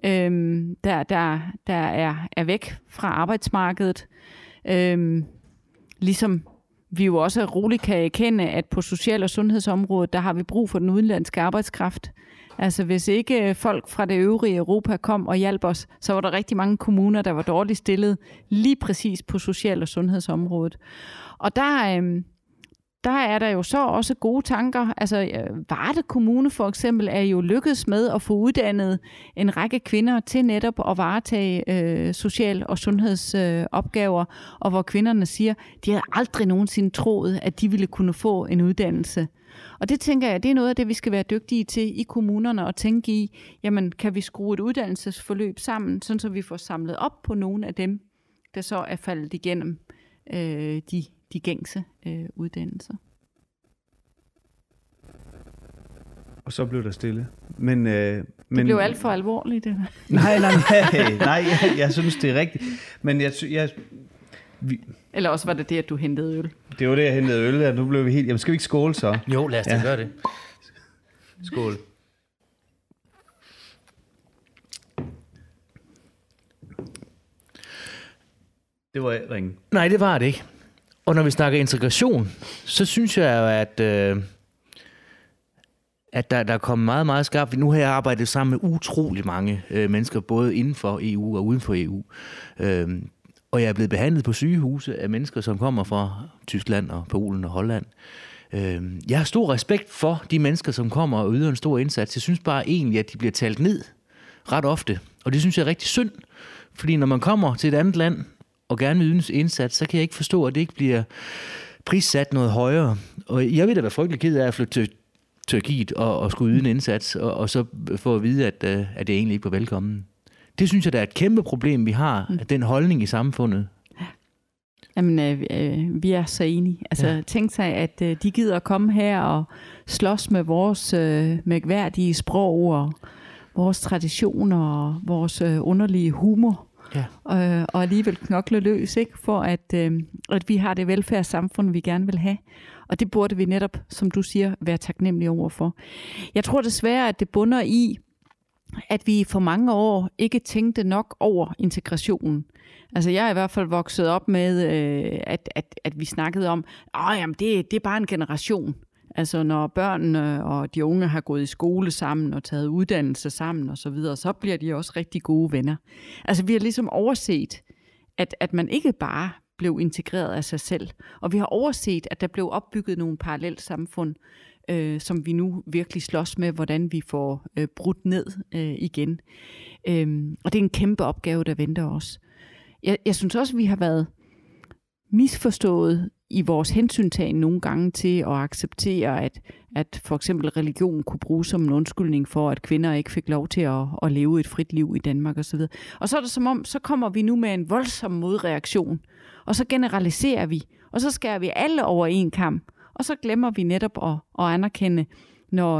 der er væk fra arbejdsmarkedet. Ligesom vi jo også roligt kan erkende, at på social- og sundhedsområdet, der har vi brug for den udenlandske arbejdskraft. Altså hvis ikke folk fra det øvrige Europa kom og hjalp os, så var der rigtig mange kommuner, der var dårligt stillet lige præcis på social- og sundhedsområdet. Og der er der jo så også gode tanker. Altså Varde Kommune for eksempel er jo lykkedes med at få uddannet en række kvinder til netop at varetage social- og sundhedsopgaver, og hvor kvinderne siger, de havde aldrig nogensinde troet, at de ville kunne få en uddannelse. Og det tænker jeg, det er noget af det, vi skal være dygtige til i kommunerne og tænke i, jamen kan vi skrue et uddannelsesforløb sammen, sådan så vi får samlet op på nogle af dem, der så er faldet igennem de gængse uddannelser. Og så blev der stille. Men det blev alt for alvorligt. Det. Nej, jeg synes, det er rigtigt. Men Eller også var det det, at du hentede øl? Det var det, jeg hentede øl, og nu blev vi helt... Jamen, skal vi ikke skåle så? Jo, lad os da gøre det. Skål. Det var ringen. Nej, det var det ikke. Og når vi snakker integration, så synes jeg jo, at der er kommet meget, meget skarpt. Nu har jeg arbejdet sammen med utrolig mange mennesker, både inden for EU og uden for EU. Og jeg er blevet behandlet på sygehuse af mennesker, som kommer fra Tyskland og Polen og Holland. Jeg har stor respekt for de mennesker, som kommer og yder en stor indsats. Jeg synes bare egentlig, at de bliver talt ned ret ofte. Og det synes jeg er rigtig synd. Fordi når man kommer til et andet land og gerne vil yde en indsats, så kan jeg ikke forstå, at det ikke bliver prissat noget højere. Og jeg ved da, hvad frygtelig ked af at flytte til Tyrkiet og skulle yde en indsats, og så få at vide, at det egentlig ikke var velkommen. Det synes jeg, der er et kæmpe problem, vi har, at den holdning i samfundet, Jamen, vi er så enige. Altså, tænk sig, at de gider at komme her og slås med vores mærkværdige sprog og vores traditioner og vores underlige humor. Ja. Og alligevel knokle løs, ikke? For at vi har det velfærdssamfund, vi gerne vil have. Og det burde vi netop, som du siger, være taknemmelige overfor. Jeg tror desværre, at det bunder i, at vi for mange år ikke tænkte nok over integrationen. Altså jeg er i hvert fald vokset op med, at vi snakkede om, jamen det er bare en generation. Altså når børnene og de unge har gået i skole sammen og taget uddannelse sammen og så videre, så bliver de også rigtig gode venner. Altså vi har ligesom overset, at man ikke bare blev integreret af sig selv. Og vi har overset, at der blev opbygget nogle parallelsamfund, som vi nu virkelig slås med, hvordan vi får brudt ned igen. Og det er en kæmpe opgave, der venter os. Jeg synes også, at vi har været misforstået i vores hensyntagen nogle gange til at acceptere, at for eksempel religion kunne bruges som en undskyldning for, at kvinder ikke fik lov til at leve et frit liv i Danmark osv. Og så er det som om, så kommer vi nu med en voldsom modreaktion, og så generaliserer vi, og så skærer vi alle over en kam, og så glemmer vi netop at anerkende, når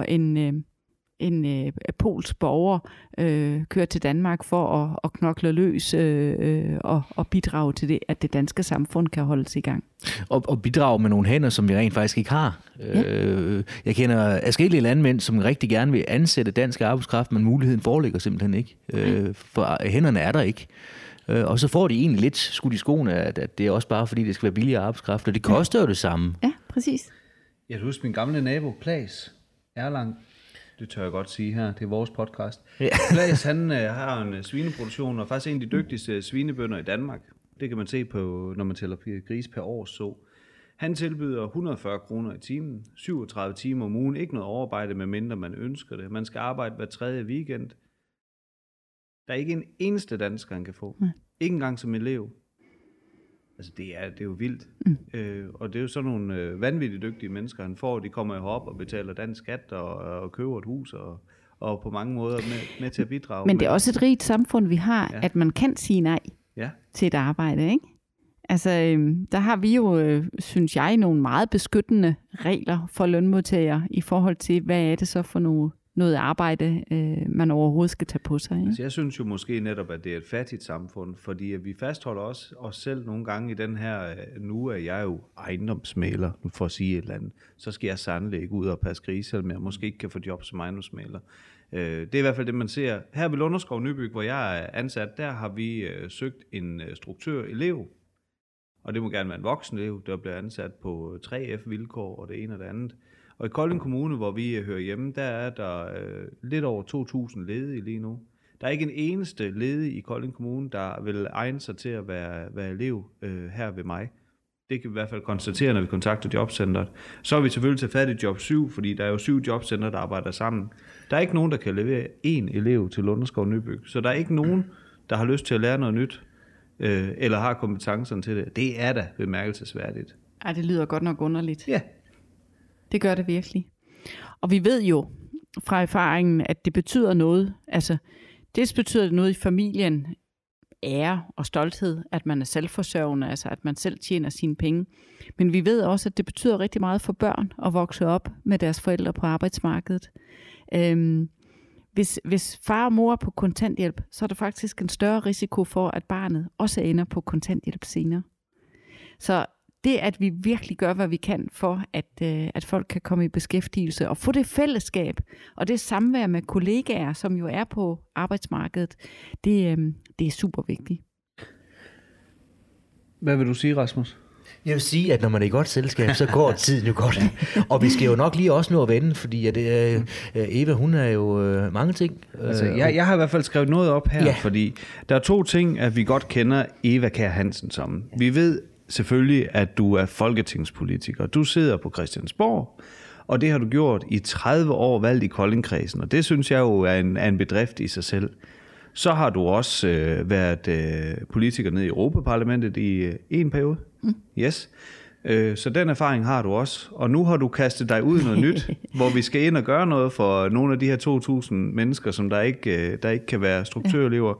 en polsk borger kører til Danmark for at knokle løs og bidrage til det, at det danske samfund kan holdes i gang. Og bidrage med nogle hænder, som vi rent faktisk ikke har. Ja. Jeg kender adskillige landmænd, som rigtig gerne vil ansætte dansk arbejdskraft, men muligheden foreligger simpelthen ikke. For hænderne er der ikke. Og så får de egentlig lidt skudt i skoene, at det er også bare fordi, det skal være billigere arbejdskraft, og det koster jo det samme. Ja, præcis. Jeg husker min gamle nabo, Klaas Erlang. Det tør jeg godt sige her, det er vores podcast. Ja. Klaas, han har en svineproduktion, og faktisk en af de dygtigste svinebønder i Danmark. Det kan man se på, når man tæller gris per år så. Han tilbyder 140 kroner i timen, 37 timer om ugen, ikke noget overarbejde, medmindre man ønsker det. Man skal arbejde hver 3. weekend. Der er ikke en eneste dansker, han kan få. Ikke engang som elev. Altså det er jo vildt. Og det er jo sådan nogle vanvittigt dygtige mennesker, han får. De kommer herop og betaler dansk skat og køber et hus og på mange måder med til at bidrage. Men det er også et rigt samfund, vi har, at man kan sige nej til et arbejde, ikke? Altså, der har vi jo, synes jeg, nogle meget beskyttende regler for lønmodtagere i forhold til, hvad er det så for noget arbejde, man overhovedet skal tage på sig. Ikke? Altså, jeg synes jo måske netop, at det er et fattigt samfund, fordi vi fastholder også os selv nogle gange i den her, nu er jeg jo ejendomsmægler, for at sige et eller andet, så skal jeg sandelig ikke ud og passe grise, selvom jeg måske ikke kan få job som ejendomsmægler. Det er i hvert fald det, man ser. Her ved Lunderskov Nybyg, hvor jeg er ansat, der har vi søgt en struktør-elev, og det må gerne være en voksen elev, der bliver ansat på 3F-vilkår og det ene og det andet. Og i Kolding Kommune, hvor vi hører hjemme, der er der lidt over 2.000 ledige lige nu. Der er ikke en eneste ledig i Kolding Kommune, der vil egne sig til at være elev her ved mig. Det kan vi i hvert fald konstatere, når vi kontakter jobcentret. Så er vi selvfølgelig til fat i job 7, fordi der er jo 7 jobcenter, der arbejder sammen. Der er ikke nogen, der kan levere én elev til Lunderskov Nybyg. Så der er ikke nogen, der har lyst til at lære noget nyt, eller har kompetencerne til det. Det er da bemærkelsesværdigt. Ej, det lyder godt nok underligt. Ja. Det gør det virkelig. Og vi ved jo fra erfaringen, at det betyder noget. Altså, det betyder noget i familien, ære og stolthed, at man er selvforsørgende, altså at man selv tjener sine penge. Men vi ved også, at det betyder rigtig meget for børn at vokse op med deres forældre på arbejdsmarkedet. Hvis far og mor er på kontanthjælp, så er der faktisk en større risiko for, at barnet også ender på kontanthjælp senere. Så det, at vi virkelig gør, hvad vi kan for, at folk kan komme i beskæftigelse og få det fællesskab og det samvær med kollegaer, som jo er på arbejdsmarkedet, det er super vigtigt. Hvad vil du sige, Rasmus? Jeg vil sige, at når man er i godt selskab, så går tiden jo godt. Og vi skal jo nok lige også nå at vende, fordi at, Eva, hun er jo mange ting. Altså, jeg har i hvert fald skrevet noget op her, fordi der er 2 ting, at vi godt kender Eva Kjær Hansen som. Vi ved selvfølgelig, at du er folketingspolitiker. Du sidder på Christiansborg, og det har du gjort i 30 år, valgt i Koldingkredsen, og det synes jeg jo er en bedrift i sig selv. Så har du også været politiker nede i Europaparlamentet i en periode. Yes. Så den erfaring har du også. Og nu har du kastet dig ud i noget nyt, hvor vi skal ind og gøre noget for nogle af de her 2.000 mennesker, som der ikke kan være struktørelever.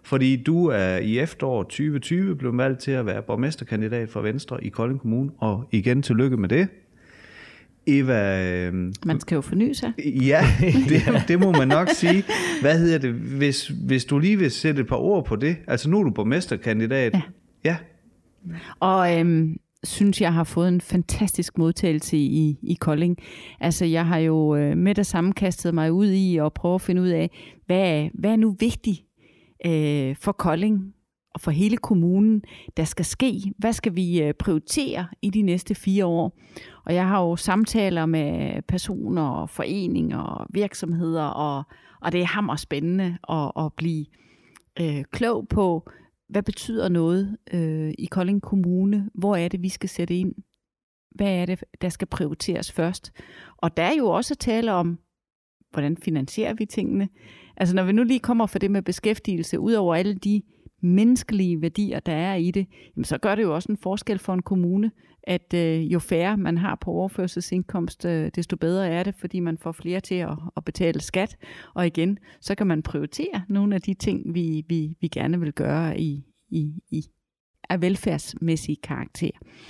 fordi du er i efteråret 2020 blevet valgt til at være borgmesterkandidat for Venstre i Kolding Kommune, og igen tillykke med det. Eva... Man skal jo forny sig. Ja, det må man nok sige. Hvad hedder det, hvis du lige vil sætte et par ord på det? Altså nu er du borgmesterkandidat. Ja. Og synes, jeg har fået en fantastisk modtagelse i Kolding. Altså jeg har jo med det samme kastet mig ud i og prøve at finde ud af, hvad er nu vigtigt for Kolding og for hele kommunen, der skal ske. Hvad skal vi prioritere i de næste 4 år? Og jeg har jo samtaler med personer, foreninger og virksomheder, og det er hammerspændende at blive klog på, hvad betyder noget i Kolding Kommune? Hvor er det, vi skal sætte ind? Hvad er det, der skal prioriteres først? Og der er jo også tale om, hvordan finansierer vi tingene? Altså når vi nu lige kommer for det med beskæftigelse, ud over alle de menneskelige værdier, der er i det, jamen, så gør det jo også en forskel for en kommune, at jo færre man har på overførselsindkomst, desto bedre er det, fordi man får flere til at betale skat. Og igen, så kan man prioritere nogle af de ting, vi gerne vil gøre af velfærdsmæssig karakter.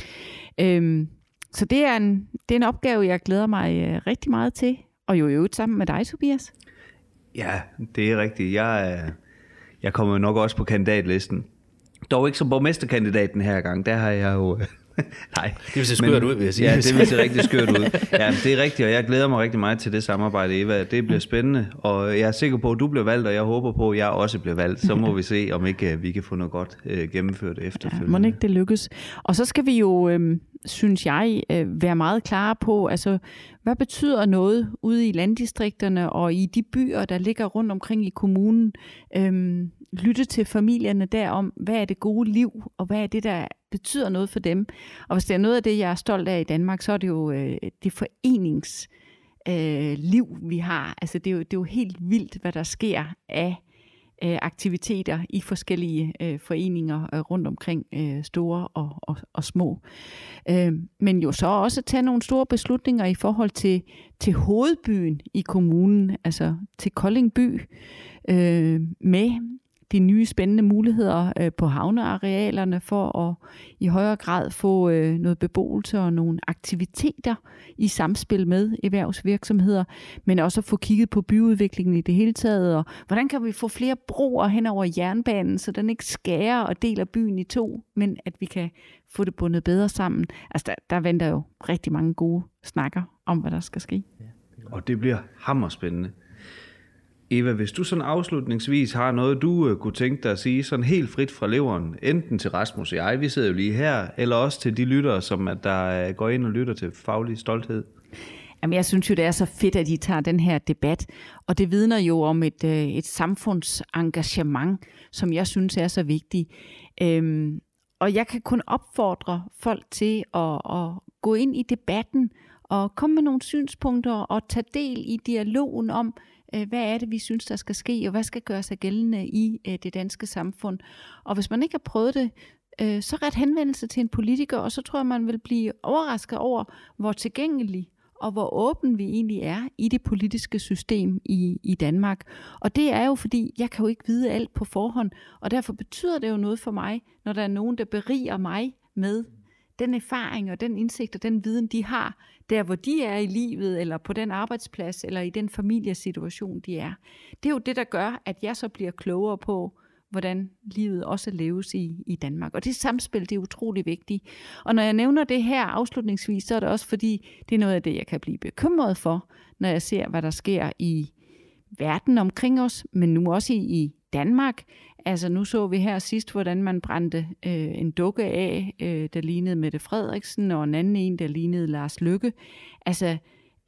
Så det er en opgave, jeg glæder mig rigtig meget til, og jo øvrigt sammen med dig, Tobias. Ja, det er rigtigt. Jeg kommer jo nok også på kandidatlisten. Dog ikke som borgmesterkandidat den her gang. Der har jeg jo... Nej. Det vil se skørt ud, vil jeg sige. Ja, det vil se rigtig skørt ud. Ja, det er rigtigt, og jeg glæder mig rigtig meget til det samarbejde, Eva. Det bliver spændende, og jeg er sikker på, at du bliver valgt, og jeg håber på, at jeg også bliver valgt. Så må vi se, om ikke vi kan få noget godt gennemført efterfølgende. Ja, må ikke det lykkes. Og så skal vi jo, synes jeg, være meget klare på, altså, hvad betyder noget ude i landdistrikterne og i de byer, der ligger rundt omkring i kommunen? Lytte til familierne derom, hvad er det gode liv, og hvad er det, der betyder noget for dem. Og hvis det er noget af det, jeg er stolt af i Danmark, så er det jo det foreningsliv, vi har. Altså det er jo helt vildt, hvad der sker af aktiviteter i forskellige foreninger rundt omkring, store og små. Men jo så også tage nogle store beslutninger i forhold til hovedbyen i kommunen, altså til Kolding by, med de nye spændende muligheder på havnearealerne for at i højere grad få noget beboelse og nogle aktiviteter i samspil med erhvervsvirksomheder, men også at få kigget på byudviklingen i det hele taget, og hvordan kan vi få flere broer hen over jernbanen, så den ikke skærer og deler byen i 2, men at vi kan få det bundet bedre sammen. Altså der venter jo rigtig mange gode snakker om, hvad der skal ske. Og det bliver hammerspændende. Eva, hvis du sådan afslutningsvis har noget, du kunne tænke dig at sige sådan helt frit fra leveren, enten til Rasmus og jeg, vi sidder jo lige her, eller også til de lyttere, som der går ind og lytter til Faglig Stolthed. Jamen, jeg synes jo, det er så fedt, at I tager den her debat, og det vidner jo om et samfundsengagement, som jeg synes er så vigtigt. Og jeg kan kun opfordre folk til at gå ind i debatten og komme med nogle synspunkter og tage del i dialogen om, hvad er det, vi synes, der skal ske, og hvad skal gøre sig gældende i det danske samfund. Og hvis man ikke har prøvet det, så ret henvendelse til en politiker, og så tror jeg, man vil blive overrasket over, hvor tilgængelig og hvor åben vi egentlig er i det politiske system i Danmark. Og det er jo fordi, jeg kan jo ikke vide alt på forhånd, og derfor betyder det jo noget for mig, når der er nogen, der beriger mig med den erfaring og den indsigt og den viden, de har, der hvor de er i livet, eller på den arbejdsplads, eller i den familiesituation, de er. Det er jo det, der gør, at jeg så bliver klogere på, hvordan livet også leves i Danmark. Og det samspil, det er utrolig vigtigt. Og når jeg nævner det her afslutningsvis, så er det også fordi, det er noget af det, jeg kan blive bekymret for, når jeg ser, hvad der sker i verden omkring os, men nu også i Danmark. Altså nu så vi her sidst, hvordan man brændte en dukke af, der lignede Mette Frederiksen, og en anden en, der lignede Lars Løkke. Altså,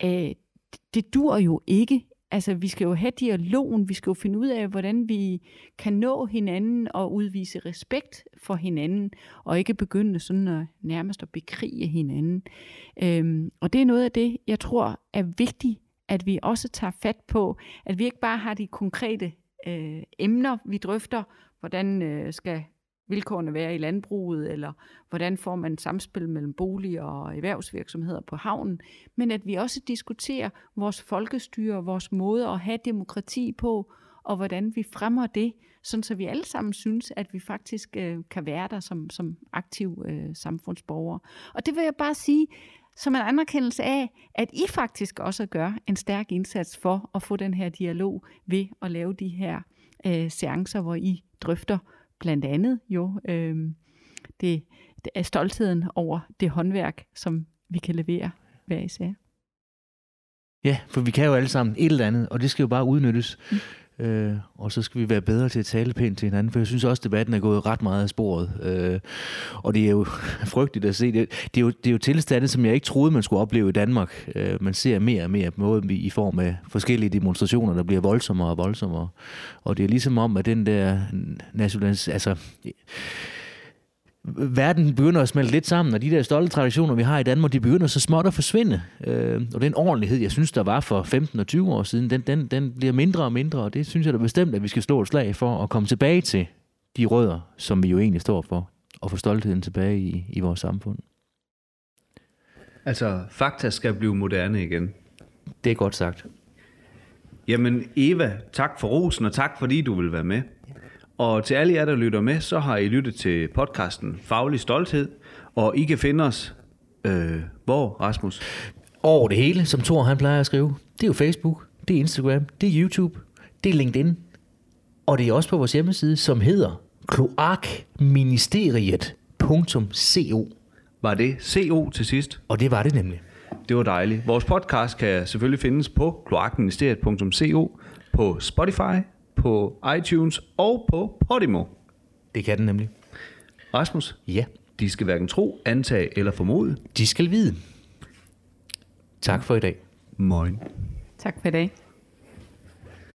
det dur jo ikke. Altså, vi skal jo have dialogen, vi skal jo finde ud af, hvordan vi kan nå hinanden og udvise respekt for hinanden, og ikke begynde sådan nærmest at bekrige hinanden. Og det er noget af det, jeg tror er vigtigt, at vi også tager fat på, at vi ikke bare har de konkrete emner, vi drøfter, hvordan skal vilkårene være i landbruget, eller hvordan får man samspil mellem bolig og erhvervsvirksomheder på havnen, men at vi også diskuterer vores folkestyre, vores måde at have demokrati på, og hvordan vi fremmer det, sådan så vi alle sammen synes, at vi faktisk kan være der som aktiv samfundsborgere. Og det vil jeg bare sige, som en anerkendelse af, at I faktisk også gør en stærk indsats for at få den her dialog ved at lave de her seancer, hvor I drøfter blandt andet jo det er stoltheden over det håndværk, som vi kan levere hver især. Ja, for vi kan jo alle sammen et eller andet, og det skal jo bare udnyttes. Og så skal vi være bedre til at tale pænt til hinanden, for jeg synes også, at debatten er gået ret meget af sporet. Og det er jo frygteligt at se. Det er jo tilstande, som jeg ikke troede, man skulle opleve i Danmark. Man ser mere og mere på i form af forskellige demonstrationer, der bliver voldsommere og voldsommere. Og det er ligesom om, at den der verden begynder at smelte lidt sammen, og de der stolte traditioner, vi har i Danmark, de begynder så småt at forsvinde. Og den ordentlighed, jeg synes, der var for 15 og 20 år siden, den bliver mindre og mindre, og det synes jeg da bestemt, at vi skal slå et slag for at komme tilbage til de rødder, som vi jo egentlig står for, og få stoltheden tilbage i vores samfund. Altså, fakta skal blive moderne igen. Det er godt sagt. Jamen, Eva, tak for rosen, og tak fordi du vil være med. Og til alle jer, der lytter med, så har I lyttet til podcasten Faglig Stolthed, og I kan finde os, hvor, Rasmus? Over det hele, som Thor han plejer at skrive. Det er jo Facebook, det er Instagram, det er YouTube, det er LinkedIn, og det er også på vores hjemmeside, som hedder kloakministeriet.co. Var det CO til sidst? Og det var det nemlig. Det var dejligt. Vores podcast kan selvfølgelig findes på kloakministeriet.co, på Spotify, på iTunes og på Podimo. Det kan den nemlig. Rasmus? Ja. De skal hverken tro, antage eller formode. De skal vide. Tak for i dag. Moin. Tak for i dag.